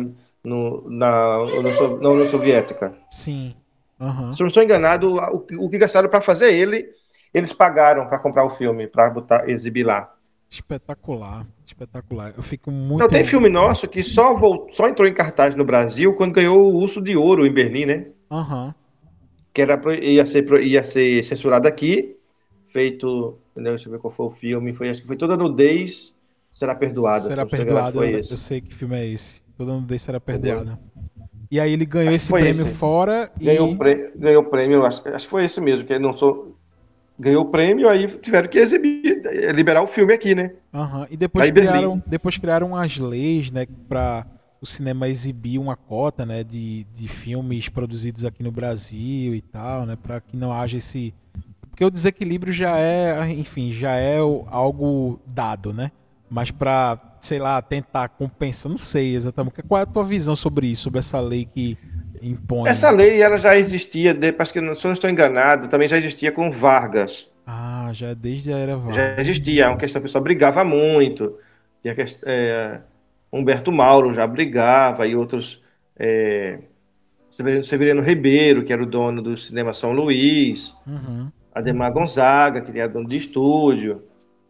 na União Soviética. Sim. Aham. Se eu não estou enganado, o que gastaram para fazer ele, eles pagaram para comprar o filme, para exibir lá. Espetacular. Espetacular. Eu fico Não, tem muito. filme nosso que só entrou em cartaz no Brasil quando ganhou o Urso de Ouro em Berlim, né? Aham. Que ia ser censurado aqui, feito, né, deixa eu ver qual foi o filme, acho que foi Toda Nudez Será Perdoada, se eu Será não estou enganado, perdoado. foi Eu esse, sei que filme é esse. Toda nudez será entendeu? perdoada. E aí ele ganhou Acho que esse foi prêmio esse. fora Ganhou, e. ganhou o prêmio, acho que foi esse mesmo, que não sou, ganhou o prêmio, aí tiveram que exibir, liberar o filme aqui, né? Aham. E Lá em Berlim. depois criaram as leis, né, para o cinema exibir uma cota, né, de filmes produzidos aqui no Brasil e tal, né, para que não haja esse. Porque o desequilíbrio já é, enfim, já é algo dado, né? Mas para, sei lá, tentar compensar, não sei exatamente. Qual é a tua visão sobre isso, sobre essa lei que Essa impõe? lei ela já existia, depois que se eu não estou enganado, também já existia com Vargas. Ah, já é desde a era Já Vargas. existia, é uma questão que o pessoal brigava muito. Tinha Humberto Mauro já brigava e outros. É, Severino Ribeiro, que era o dono do Cinema São Luís, Uhum. Ademar Gonzaga, que era dono de estúdio,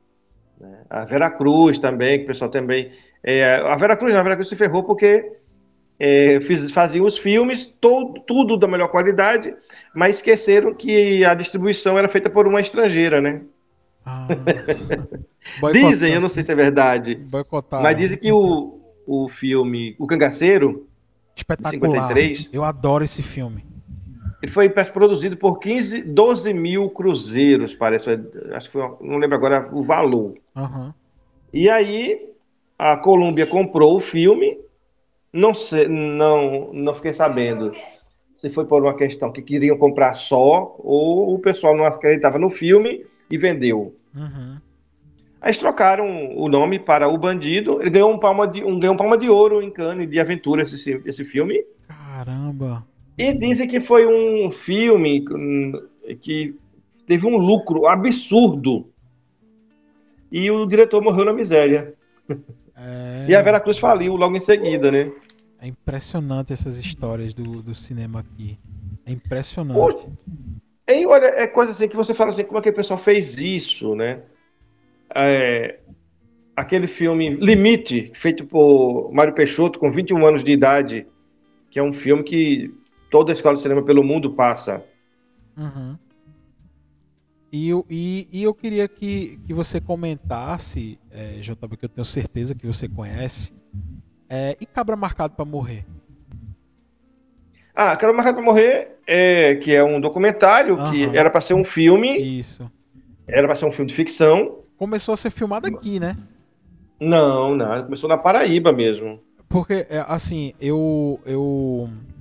a Vera Cruz também, que o pessoal também. A Vera Cruz se ferrou porque faziam os filmes, tudo da melhor qualidade, mas esqueceram que a distribuição era feita por uma estrangeira, né? Ah, Dizem, eu boicotar, não sei se é verdade, mas boicotaram, né? dizem que o filme O Cangaceiro, de Espetacular. 53, Eu adoro esse filme. ele foi produzido por 12 mil cruzeiros, parece. Acho que não lembro agora o valor. Aham. E aí a Columbia comprou o filme, não sei, não fiquei sabendo se foi por uma questão que queriam comprar só ou o pessoal não acreditava no filme e vendeu. Uhum. Aí eles trocaram o nome para O Bandido. Ele ganhou um palma de ouro em Cannes de aventura esse filme. Caramba. E dizem que foi um filme que teve um lucro absurdo. E o diretor morreu na miséria. E a É, Veracruz faliu logo em seguida, né? é impressionante essas histórias do cinema aqui. É impressionante. Pô, olha, é coisa assim que você fala assim, como é que o pessoal fez isso, né? É, aquele filme Limite, feito por Mário Peixoto, com 21 anos de idade, que é um filme que toda a escola de cinema pelo mundo passa. Uhum. E eu queria que você comentasse, JB, que eu tenho certeza que você conhece, e Cabra Marcado para Morrer. Ah, Quero Marcar para Morrer, que é um documentário que Aham. era para ser um filme, Isso. era para ser um filme de ficção. Começou a ser filmado aqui, né? Não, começou na Paraíba mesmo. Porque, assim, eu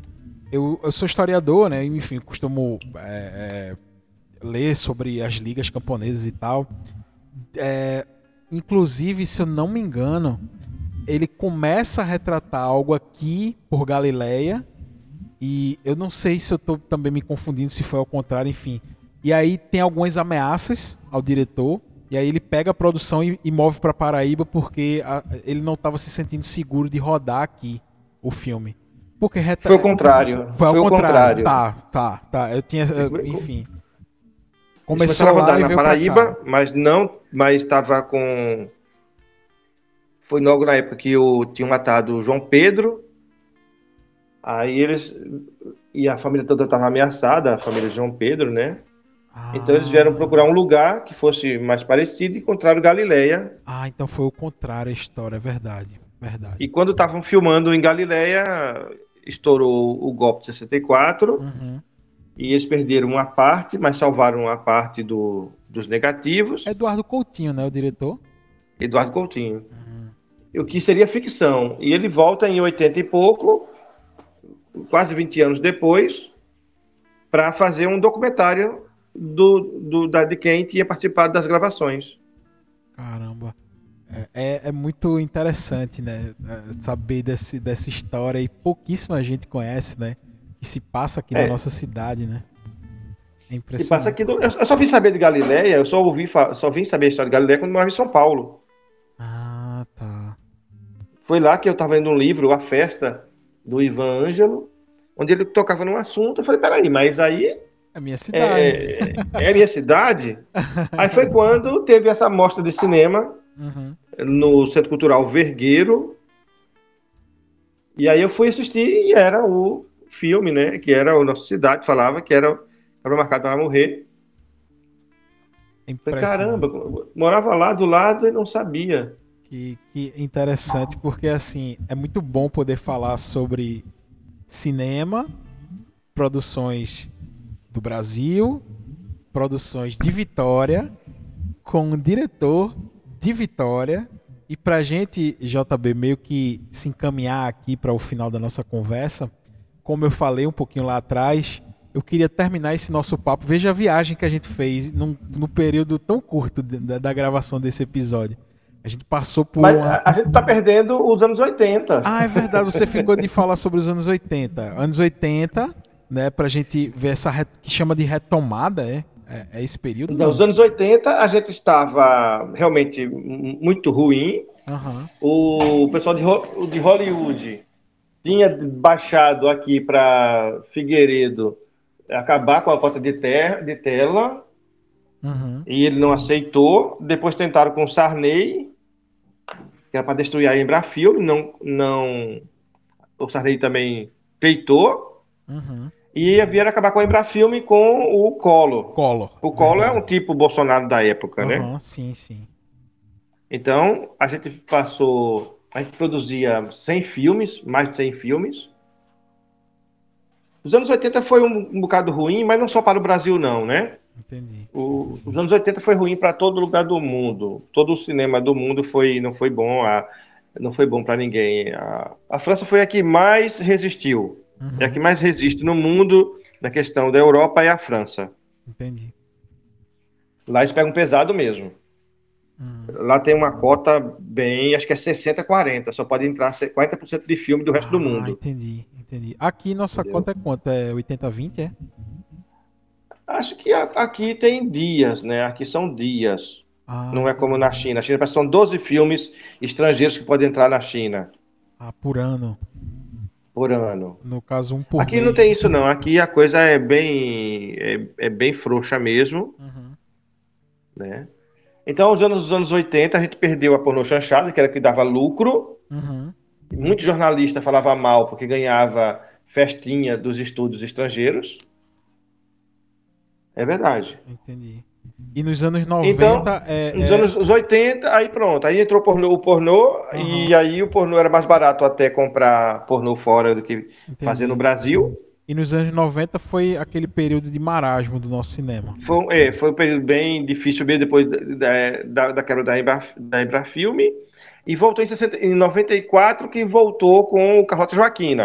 eu sou historiador, né? Enfim, costumo ler sobre as ligas camponesas e tal. É, inclusive, se eu não me engano, ele começa a retratar algo aqui por Galileia. E eu não sei se eu tô também me confundindo, se foi ao contrário, enfim. E aí tem algumas ameaças ao diretor. E aí ele pega a produção e move para Paraíba porque ele não estava se sentindo seguro de rodar aqui o filme. Porque Foi o contrário. Foi ao Foi o contrário. contrário. Tá. Eu tinha, enfim. Eles Começou começaram a lá rodar e na veio pra Paraíba, cá. mas estava com. Foi logo na época que tinham matado o João Pedro. Aí eles. E a família toda estava ameaçada, a família de João Pedro, né? Então eles vieram procurar Ah, um lugar que fosse mais parecido e encontraram Galileia. então foi o contrário a história, é verdade. E Verdade. quando estavam filmando em Galileia, estourou o golpe de 64 Uhum. e eles perderam uma parte, mas salvaram a parte dos negativos. Eduardo Coutinho, né, o diretor? Eduardo Coutinho. Uhum. O que seria ficção. E ele volta em 80 e pouco, quase 20 anos depois, para fazer um documentário de quem tinha participado das gravações. Caramba. É muito interessante, né? Saber dessa história e pouquíssima gente conhece, né? Que se passa aqui na É, nossa cidade, né? É se passa impressionante. aqui. Eu só vim saber de Galileia, só vim saber a história de Galileia quando morava em São Paulo. Ah, tá. Foi lá que eu estava lendo um livro, A Festa, do Ivan Ângelo, onde ele tocava num assunto. Eu falei, peraí, mas aí É minha cidade. é a minha cidade? Aí foi quando teve essa mostra de cinema Uhum. no Centro Cultural Vergueiro. E aí eu fui assistir e era o filme, né? Que era a nossa cidade, falava que era marcado para morrer. É Falei, caramba, impressionante. morava lá do lado e não sabia. Que interessante, porque assim, é muito bom poder falar sobre cinema, produções do Brasil, produções de Vitória, com um diretor de Vitória. E pra gente, JB, meio que se encaminhar aqui para o final da nossa conversa, como eu falei um pouquinho lá atrás, eu queria terminar esse nosso papo. Veja a viagem que a gente fez num período tão curto da gravação desse episódio. A gente passou por Mas uma. a gente está perdendo os anos 80. É verdade, você ficou de falar sobre os anos 80. Anos 80, né, pra gente ver que chama de retomada, é esse período, Então, os não? anos 80 a gente estava realmente muito ruim. Aham. O pessoal de Hollywood tinha baixado aqui para Figueiredo acabar com a cota de tela Uhum. e ele não aceitou. Depois tentaram com o Sarney, que era para destruir a Embrafilme, o Sarney também peitou. Uhum. E vieram acabar com a Embrafilme com o Collor. Collor, O Collor é um verdade. tipo Bolsonaro da época, né? Aham, sim, sim. Então, a gente produzia 100 filmes, mais de 100 filmes. Os anos 80 foi um bocado ruim, mas não só para o Brasil, não, né? Entendi. Os anos 80 foi ruim para todo lugar do mundo. Todo o cinema do mundo não foi bom, não foi bom para ninguém. A França foi a que mais resistiu. É a que Uhum. mais resiste no mundo na questão da Europa é a França. Entendi. Lá eles pegam pesado mesmo. Uhum. Lá tem uma cota bem, acho que é 60-40, só pode entrar 40% de filme do resto do mundo. Entendi. Aqui nossa Entendeu? cota é quanto? É 80-20, é? Acho que aqui tem dias, né? Aqui são dias. Não é como na Entendi. China. Na China parece que são 12 filmes estrangeiros que podem entrar na China Por ano. por ano. No caso, um por Aqui não mês. tem isso, não. Aqui a coisa é bem frouxa mesmo, Uhum. né? Então, os anos 80, a gente perdeu a pornô chanchada, que era que dava lucro. Uhum. Muito jornalista falava mal porque ganhava festinha dos estúdios estrangeiros. É verdade. Entendi. E nos anos Então, 90 nos anos 80, aí pronto. Aí entrou o pornô, Aham, e aí o pornô era mais barato até comprar pornô fora do que fazer no entendi. Brasil. E nos anos 90 foi aquele período de marasmo do nosso cinema. Foi um período bem difícil mesmo depois da quebra da Embrafilme. E voltou em 94, que voltou com o Carlota Joaquina.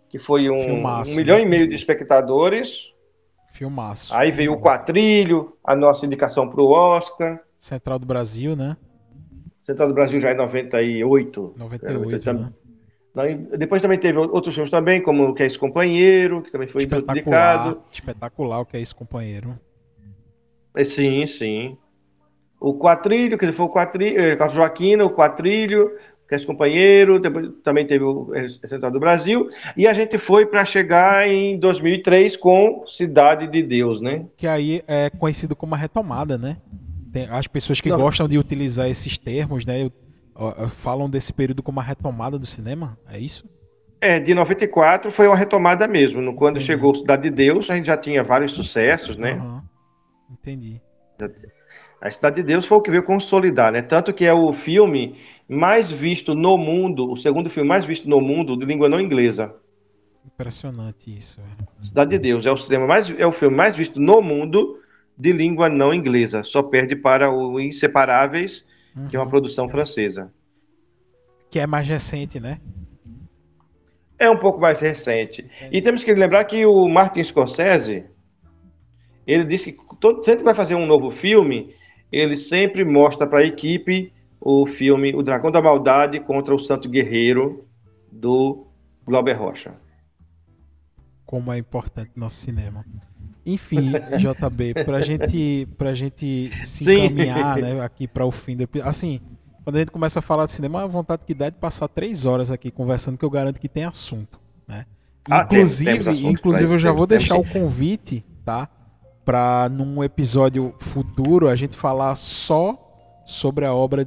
que foi Filmaço, 1,5 milhão né? de espectadores. Filmaço. Aí veio o Quatrilho, a nossa indicação para o Oscar. Central do Brasil, né? Central do Brasil já é 98. 98, né? Depois também teve outros filmes também, como o Que é Esse Companheiro, que também foi Espetacular. indicado. Espetacular o que é isso, companheiro. Sim, sim. O Quatrilho, que foi o Quatrilho, Carlos Joaquina, o Quatrilho, que é esse companheiro, depois também teve o Central do Brasil, e a gente foi para chegar em 2003 com Cidade de Deus, né? Que aí é conhecido como a retomada, né? Tem as pessoas que Não, gostam de utilizar esses termos, né? Falam desse período como a retomada do cinema, é isso? de 94 foi uma retomada mesmo. Quando Entendi. chegou Cidade de Deus, a gente já tinha vários sucessos, né? Aham, entendi. A Cidade de Deus foi o que veio consolidar, né? Tanto que é o filme mais visto no mundo, o segundo filme mais visto no mundo de língua não inglesa. Impressionante isso, velho. Cidade de Deus é o filme mais visto no mundo de língua não inglesa. Só perde para o Inseparáveis, que é uma Uhum. produção francesa. Que é mais recente, né? É um pouco mais recente. E Entendi. temos que lembrar que o Martin Scorsese, ele disse que sempre que vai fazer um novo filme, ele sempre mostra para a equipe o filme O Dragão da Maldade contra o Santo Guerreiro, do Glauber Rocha. Como é importante nosso cinema. Enfim, JB, pra gente se Sim. encaminhar, né, aqui para o fim do episódio. Assim, quando a gente começa a falar de cinema, a vontade que dá é de passar 3 horas aqui conversando, que eu garanto que tem assunto, né? Temos Inclusive, assunto para inclusive isso. eu já vou Temos deixar sim. o convite, tá? Para num episódio futuro a gente falar só sobre a obra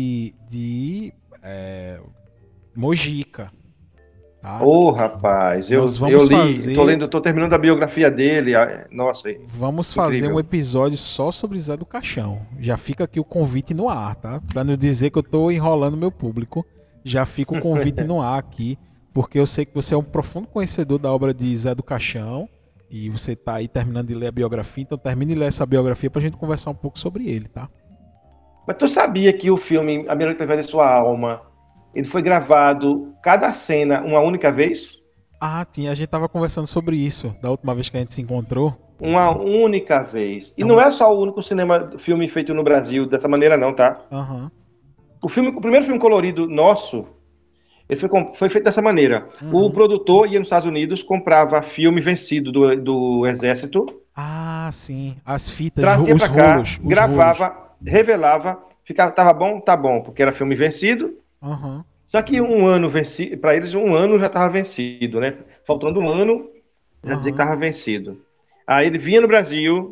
de Mojica, tá? Rapaz, Nós eu vamos li, fazer tô terminando a biografia dele. Nossa, Vamos fazer um incrível. episódio só sobre Zé do Caixão. Já fica aqui o convite no ar, tá? Pra não dizer que eu tô enrolando meu público, já fica o convite no ar aqui, porque eu sei que você é um profundo conhecedor da obra de Zé do Caixão e você tá aí terminando de ler a biografia, então termine de ler essa biografia pra gente conversar um pouco sobre ele, tá? Mas tu sabia que o filme A Melhor que Levada Sua Alma, ele foi gravado cada cena uma única vez? Ah, tinha, a gente tava conversando sobre isso da última vez que a gente se encontrou. Uma única vez. E É não um. é só o único filme feito no Brasil dessa maneira, não, tá? Aham. O primeiro filme colorido nosso, ele foi feito dessa maneira. O Uhum. produtor ia nos Estados Unidos, comprava filme vencido do Exército, Ah, sim. As fitas, trazia os para cá, rolos, os rolos. gravava, revelava, ficava, tava bom, tá bom, porque era filme vencido. Aham. Só que um ano vencido, para eles um ano já estava vencido, né? Faltando um ano, já dizia que Aham. estava vencido. Aí ele vinha no Brasil,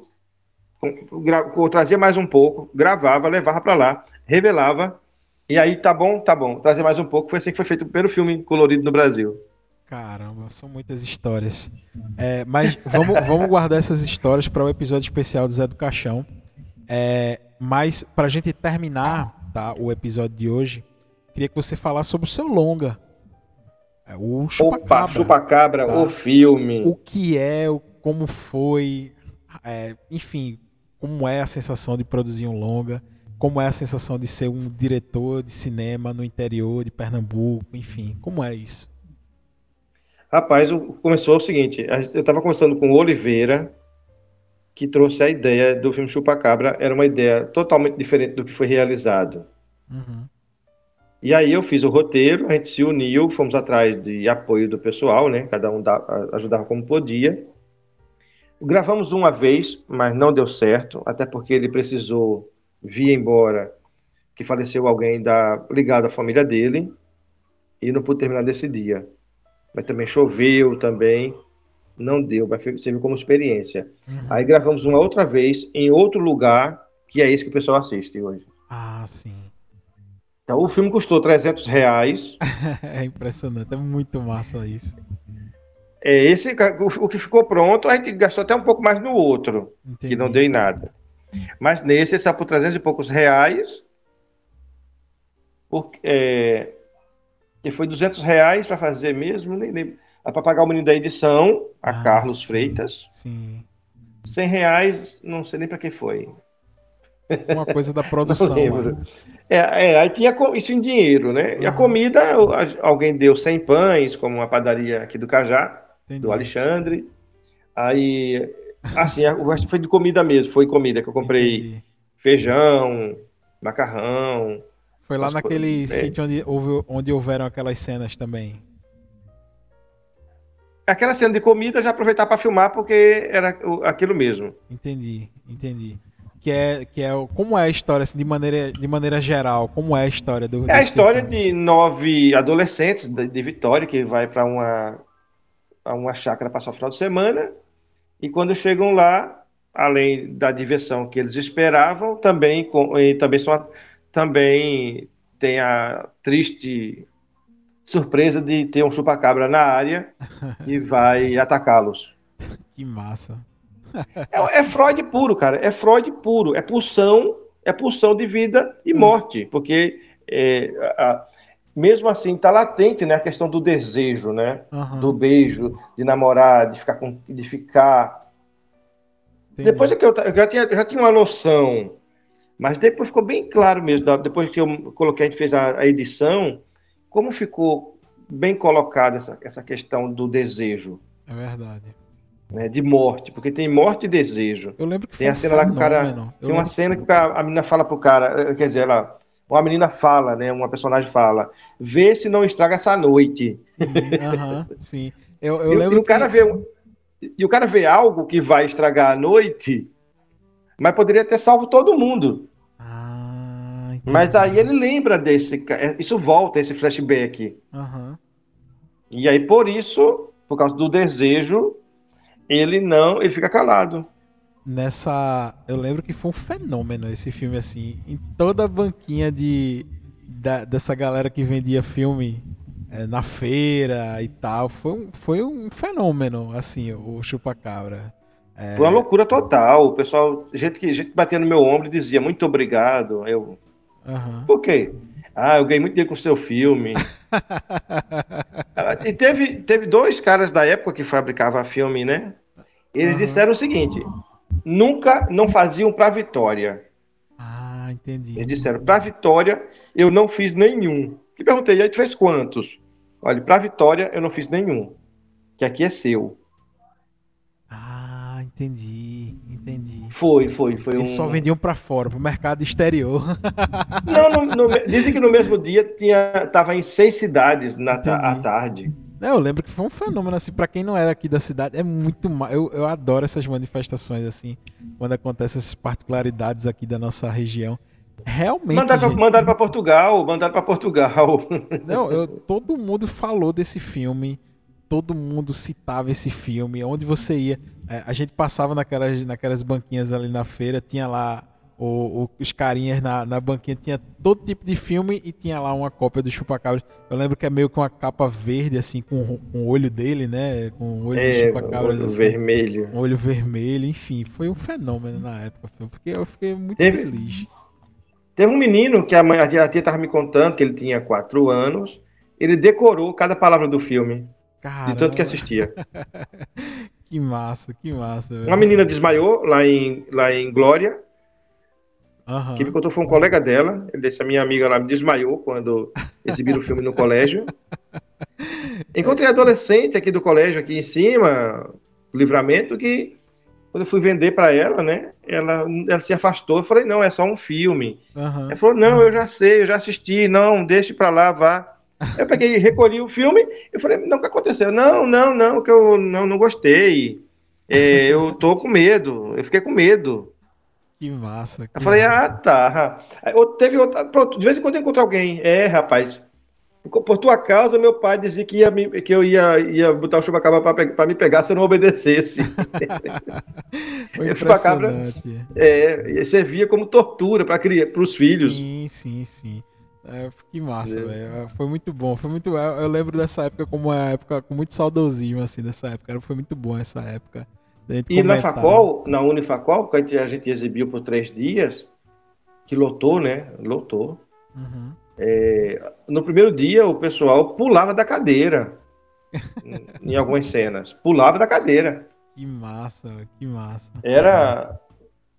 trazia mais um pouco, gravava, levava para lá, revelava, e aí tá bom, tá bom, trazia mais um pouco. Foi assim que foi feito o primeiro filme colorido no Brasil. Caramba, são muitas histórias. Mas vamos guardar essas histórias para o episódio especial do Zé do Caixão. Mas para a gente terminar, tá, o episódio de hoje, queria que você falasse sobre o seu longa, o Opa, Chupacabra, Chupacabra, o tá? O filme. que é, como foi, enfim, como é a sensação de produzir um longa, como é a sensação de ser um diretor de cinema no interior de Pernambuco, enfim, como é isso? Rapaz, começou o seguinte, eu estava conversando com o Oliveira, que trouxe a ideia do filme Chupacabra, era uma ideia totalmente diferente do que foi realizado. Uhum. E aí eu fiz o roteiro, a gente se uniu, fomos atrás de apoio do pessoal, né? Cada um ajudava como podia. Gravamos uma vez, mas não deu certo, até porque ele precisou vir embora, que faleceu alguém ligado à família dele, e não pude terminar nesse dia. Mas também choveu também, não deu, mas serviu como experiência. Aí Uhum. gravamos uma outra vez em outro lugar, que é esse que o pessoal assiste hoje. Ah, sim. Então o filme custou R$ 300. É impressionante, é muito massa isso. O que ficou pronto, a gente gastou até um pouco mais no outro, que não Entendi. deu em nada. Mas nesse, saiu por 300 e poucos reais, que foi R$ 200 para fazer mesmo, para pagar o menino da edição, a Ah, Carlos sim, Freitas. sim. R$ 100, não sei nem para que foi. Uma coisa da Não produção lá. lembro. Aí tinha isso em dinheiro, né? E a Aham, comida, alguém deu 100 pães, como uma padaria aqui do Cajá, do entendi. Alexandre. Aí, assim, o resto foi de comida mesmo, foi comida que eu comprei Entendi. feijão, macarrão, Foi lá essas coisas. naquele sítio onde houveram aquelas cenas também. Aquela cena de comida já aproveitar para filmar porque era aquilo mesmo. Entendi, entendi. Como é a história, assim, de maneira geral, como é a história É a desse teu história filme? de 9 adolescentes de Vitória que vai para uma chácara passar o final de semana e quando chegam lá, além da diversão que eles esperavam, também tem a triste surpresa de ter um chupacabra na área que vai atacá-los. Que massa. É Freud puro, cara. É Freud puro. É pulsão de vida e Ah, morte, porque mesmo assim está latente, né, a questão do desejo, né, do aham, beijo, de namorar, de ficar. Depois entendi. é que eu já tinha uma noção, mas depois ficou bem claro mesmo. Depois que eu coloquei, a gente fez a edição, como ficou bem colocada essa questão do desejo, É verdade. né, de morte, porque tem morte e desejo. Eu lembro que Tem foi um a cena lá que o cara. fenômeno. Eu Tem uma lembro. cena que a menina fala pro cara, quer dizer, uma menina fala, né? Uma personagem fala, vê se não estraga essa noite. Aham, sim. Eu E, o e lembro o cara que. vê, e o cara vê algo que vai estragar a noite, mas poderia ter salvo todo mundo. Ah, Mas aí entendi. ele lembra isso volta, esse flashback. Aham. E aí, por isso, por causa do desejo, ele fica calado. Eu lembro que foi um fenômeno esse filme, assim. Em toda a banquinha dessa galera que vendia filme na feira e tal. Foi um fenômeno, assim, o Chupacabra. Foi uma É, loucura total. O pessoal, gente batia no meu ombro e dizia muito obrigado. aham. Por quê? Ah, eu ganhei muito dinheiro com o seu filme. E teve dois caras da época que fabricavam filme, né? Eles Aham. disseram o seguinte: nunca não faziam para Vitória. Ah, entendi. Eles disseram, para Vitória eu não fiz nenhum. E perguntei, e aí tu fez quantos? Olha, para Vitória eu não fiz nenhum, que aqui é seu. Ah, entendi. Entendi. Foi Eles só um. vendiam pra fora, pro mercado exterior. Não, dizem que no mesmo dia tava em 6 cidades à Entendi. tarde. Não, eu lembro que foi um fenômeno, assim, pra quem não é aqui da cidade, é muito. Eu adoro essas manifestações, assim, quando acontecem essas particularidades aqui da nossa região. Realmente, gente. Mandaram para Portugal, mandaram para Portugal. Não, todo mundo falou desse filme, todo mundo citava esse filme. Onde você ia, a gente passava naquelas banquinhas ali na feira, tinha lá os carinhas na banquinha, tinha todo tipo de filme e tinha lá uma cópia do Chupacabras. Eu lembro que é meio que uma capa verde, assim, com o olho dele, né? Com o olho do Chupacabras, Olho assim, vermelho. um olho vermelho, enfim. Foi um fenômeno na época, porque eu fiquei muito Teve, feliz. teve um menino que a tia estava me contando que ele tinha 4 anos. Ele decorou cada palavra do filme, de tanto que Caramba, assistia. que massa, Uma velho. menina desmaiou lá em Glória. Quem me Aham. contou foi um colega dela. Ele disse: a minha amiga lá me desmaiou quando exibiram o filme no colégio. É, Encontrei adolescente aqui do colégio, aqui em cima, do Livramento, que quando eu fui vender para ela, né? Ela se afastou. Eu falei: não, é só um filme. Ela aham. falou: não, eu já sei, eu já assisti. Não, deixe para lá, vá. Eu peguei, recolhi o filme. Eu falei: não, o que aconteceu? Não, não, não, que eu não gostei. Eu tô com medo. Eu fiquei com medo. Que massa, Eu que falei: massa. ah, tá. Aí, teve outra. Pronto, de vez em quando eu encontro alguém. Rapaz, por tua causa, meu pai dizia que eu ia botar o chupacabra para me pegar se eu não obedecesse. Foi E o chupacabra impressionante. servia como tortura para os filhos. Sim, sim, sim. Que massa, velho. Foi muito bom. Foi muito. Eu lembro dessa época como uma época com muito saudosismo, assim, dessa época. Foi muito bom essa época. Da gente E na comentar. Facol, na Unifacol, que a gente exibiu por 3 dias, que lotou, né? Lotou. Uhum. No primeiro dia, o pessoal pulava da cadeira, em algumas cenas. Pulava da cadeira. Que massa, velho, que massa. Era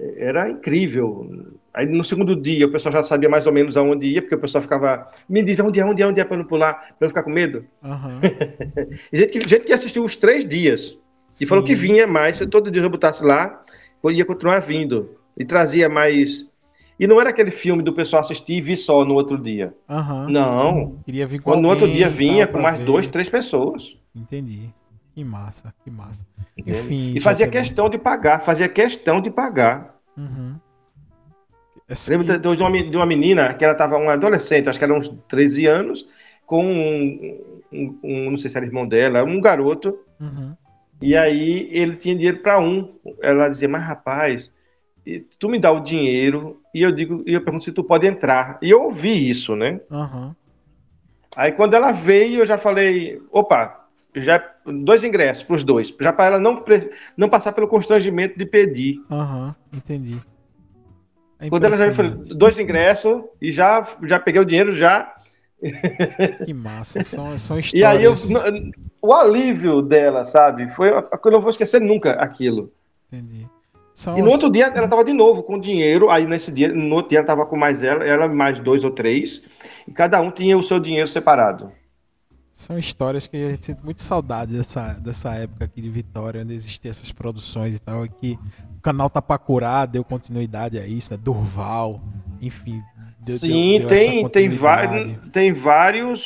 Era incrível. Aí no segundo dia o pessoal já sabia mais ou menos aonde ia, porque o pessoal ficava, me diz onde é para não pular, para não ficar com medo. Aham. E gente que assistiu os 3 dias e falou que Sim. vinha mais, se todo dia eu botasse lá, eu ia continuar vindo. E trazia mais. E não era aquele filme do pessoal assistir e vir só no outro dia. Aham. Não. Queria vir com Quando no outro dia alguém e tal vinha com pra mais duas, ver. três pessoas. Entendi. Que massa, que massa. Entende? Enfim, E fazia JB. questão de pagar, fazia questão de pagar. Uhum. Lembro E, de uma menina que ela estava, uma adolescente, acho que era uns 13 anos, com não sei se era irmão dela, um garoto, uhum. e aí ele tinha dinheiro para um. Ela dizia, mas rapaz, tu me dá o dinheiro, e eu pergunto se tu pode entrar. E eu ouvi isso, né? Aham. Aí quando ela veio, eu já falei, opa, já 2 ingressos para os dois, já para ela não passar pelo constrangimento de pedir. Aham. Entendi. É Quando ela já me falou, impressionante. 2 ingressos, e já peguei o dinheiro, já. Que massa. São E aí histórias. o alívio dela, sabe? Eu não vou esquecer nunca aquilo. Entendi. E São, no outro dia ela estava de novo com dinheiro. Aí nesse dia, no outro dia ela estava com mais ela mais 2 ou 3, e cada um tinha o seu dinheiro separado. são histórias que a gente sente muito saudade dessa época aqui de Vitória, onde existiam essas produções e tal, e que o canal Tapacurá deu continuidade a isso, né? Durval, enfim, Sim, deu essa vários, continuidade. tem vários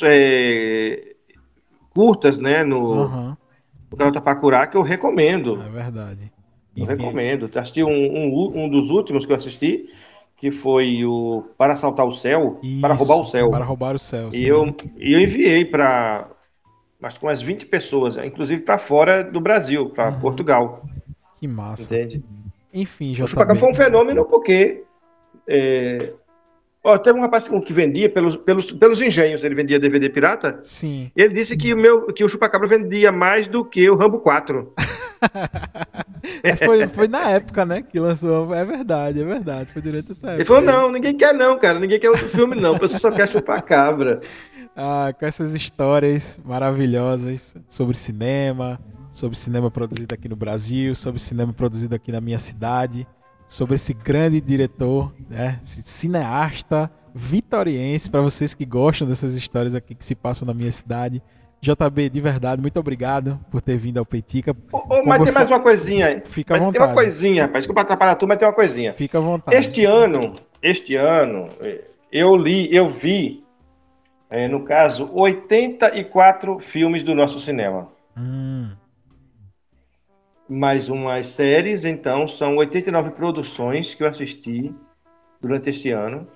curtas, né, Aham, no canal Tapacurá que eu é recomendo. verdade. Eu Enfim, recomendo. Assisti um dos últimos que eu assisti, que foi o Para Assaltar o Céu, para roubar o isso, para céu. roubar o céu, E sim. eu enviei para acho que umas 20 pessoas, inclusive para fora do Brasil, para Uhum, Portugal. que massa. Entende? Enfim, O Chupacabra JB. foi um fenômeno porque teve um rapaz que vendia pelos engenhos, ele vendia DVD pirata. Sim. E ele disse que o Chupacabra vendia mais do que o Rambo 4. Foi na época, né, que lançou. É verdade, é verdade. Foi durante essa Ele época falou: aí. não, ninguém quer não, cara, ninguém quer outro filme não, você só quer chupar cabra. Ah, com essas histórias maravilhosas sobre cinema produzido aqui no Brasil, sobre cinema produzido aqui na minha cidade, sobre esse grande diretor, né, esse cineasta vitoriense, para vocês que gostam dessas histórias aqui que se passam na minha cidade. JB, de verdade, muito obrigado por ter vindo ao Peitica. Mas Como eu tem mais uma coisinha. Fica à Mas tem uma vontade. coisinha, rapaz. Desculpa atrapalhar tu, mas tem uma coisinha. Fica à vontade. Este ano, eu vi, no caso, 84 filmes do nosso cinema. Hum, Mais umas séries, então, são 89 produções que eu assisti durante este ano.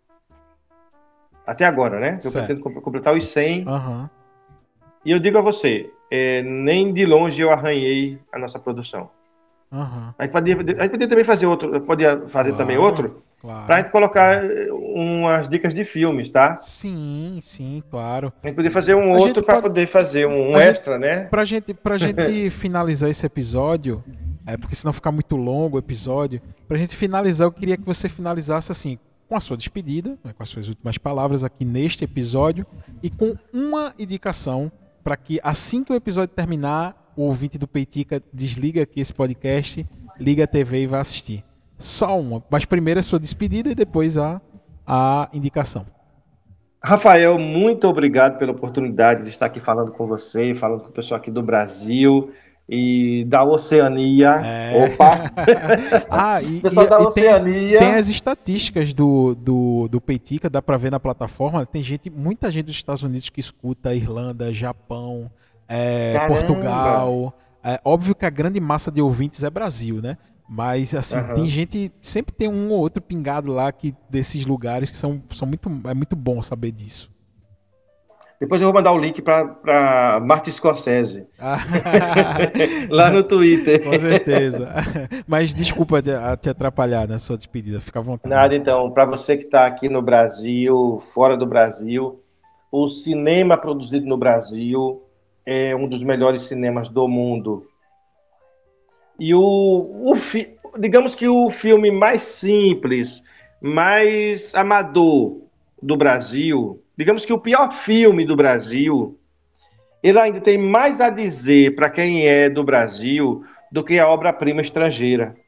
Até agora, né? Eu certo. pretendo completar os 100. Aham. E eu digo a você, nem de longe eu arranhei a nossa produção. Aham. A gente podia também fazer outro, podia fazer também Claro, outro, para a claro. gente colocar umas dicas de filmes, tá? Sim, sim, claro. A gente podia fazer um A gente outro para pode. poder fazer um A gente, extra, né? pra gente finalizar esse episódio, porque senão fica muito longo o episódio, pra gente finalizar, eu queria que você finalizasse assim, com a sua despedida, né, com as suas últimas palavras aqui neste episódio, e com uma indicação para que assim que o episódio terminar, o ouvinte do Peitica desliga aqui esse podcast, liga a TV e vai assistir. Só uma. Mas primeiro a sua despedida e depois a indicação. Rafael, muito obrigado pela oportunidade de estar aqui falando com você, falando com o pessoal aqui do Brasil e da Oceania. É. Opa! Ah, e, Pessoal e, da e tem Oceania. as estatísticas do Peitica, dá pra ver na plataforma. Tem muita gente dos Estados Unidos que escuta, Irlanda, Japão, Caramba! Portugal. É óbvio que a grande massa de ouvintes é Brasil, né? Mas assim, tem Aham. gente, sempre tem um ou outro pingado lá que desses lugares que são muito, é muito bom saber disso. Depois eu vou mandar o link para Martin Scorsese, Ah, lá no Twitter. com certeza. Mas desculpa te atrapalhar na sua despedida, fica à vontade. Nada, então, para você que está aqui no Brasil, fora do Brasil, o cinema produzido no Brasil é um dos melhores cinemas do mundo. E digamos que o filme mais simples, mais amador do Brasil, digamos que o pior filme do Brasil, ele ainda tem mais a dizer para quem é do Brasil do que a obra-prima estrangeira.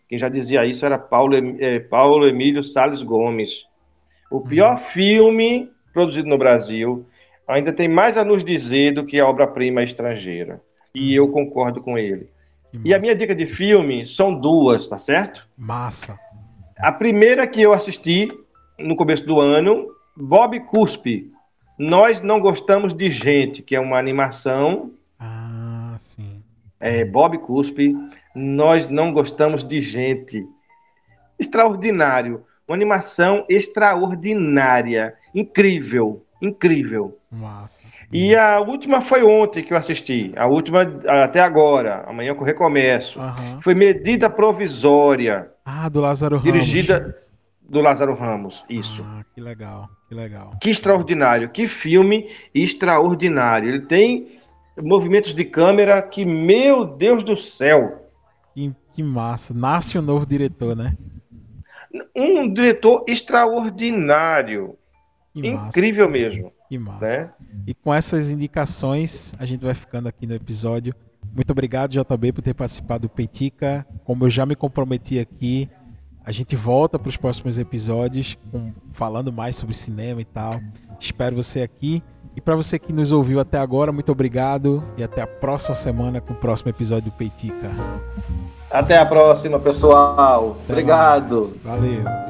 Quem já dizia isso era Paulo Emílio Salles Gomes. O pior filme produzido no Brasil ainda tem mais a nos dizer do que a obra-prima estrangeira. E eu concordo com ele. E a minha dica de filme são duas, tá certo? Massa. A primeira que eu assisti no começo do ano, Bob Cuspe, Nós Não Gostamos de Gente, que é uma animação. Ah, sim. Bob Cuspe, Nós Não Gostamos de Gente. Extraordinário. Uma animação extraordinária. Incrível. Incrível. Massa. E a última foi ontem que eu assisti. A última até agora. Amanhã eu recomeço. Foi Medida Provisória. Ah, do Lázaro Ramos. Dirigida do Lázaro Ramos. Isso. Ah, que legal. Que legal. Que extraordinário. Que filme extraordinário. Ele tem movimentos de câmera que, meu Deus do céu. Que massa. Nasce um novo diretor, né? Um diretor extraordinário. Incrível mesmo. Que massa. Né? E com essas indicações, a gente vai ficando aqui no episódio. Muito obrigado, JB, por ter participado do Peitica. Como eu já me comprometi aqui, a gente volta para os próximos episódios falando mais sobre cinema e tal. Espero você aqui. E para você que nos ouviu até agora, muito obrigado. E até a próxima semana com o próximo episódio do Peitica. Até a próxima, pessoal. Obrigado. Valeu.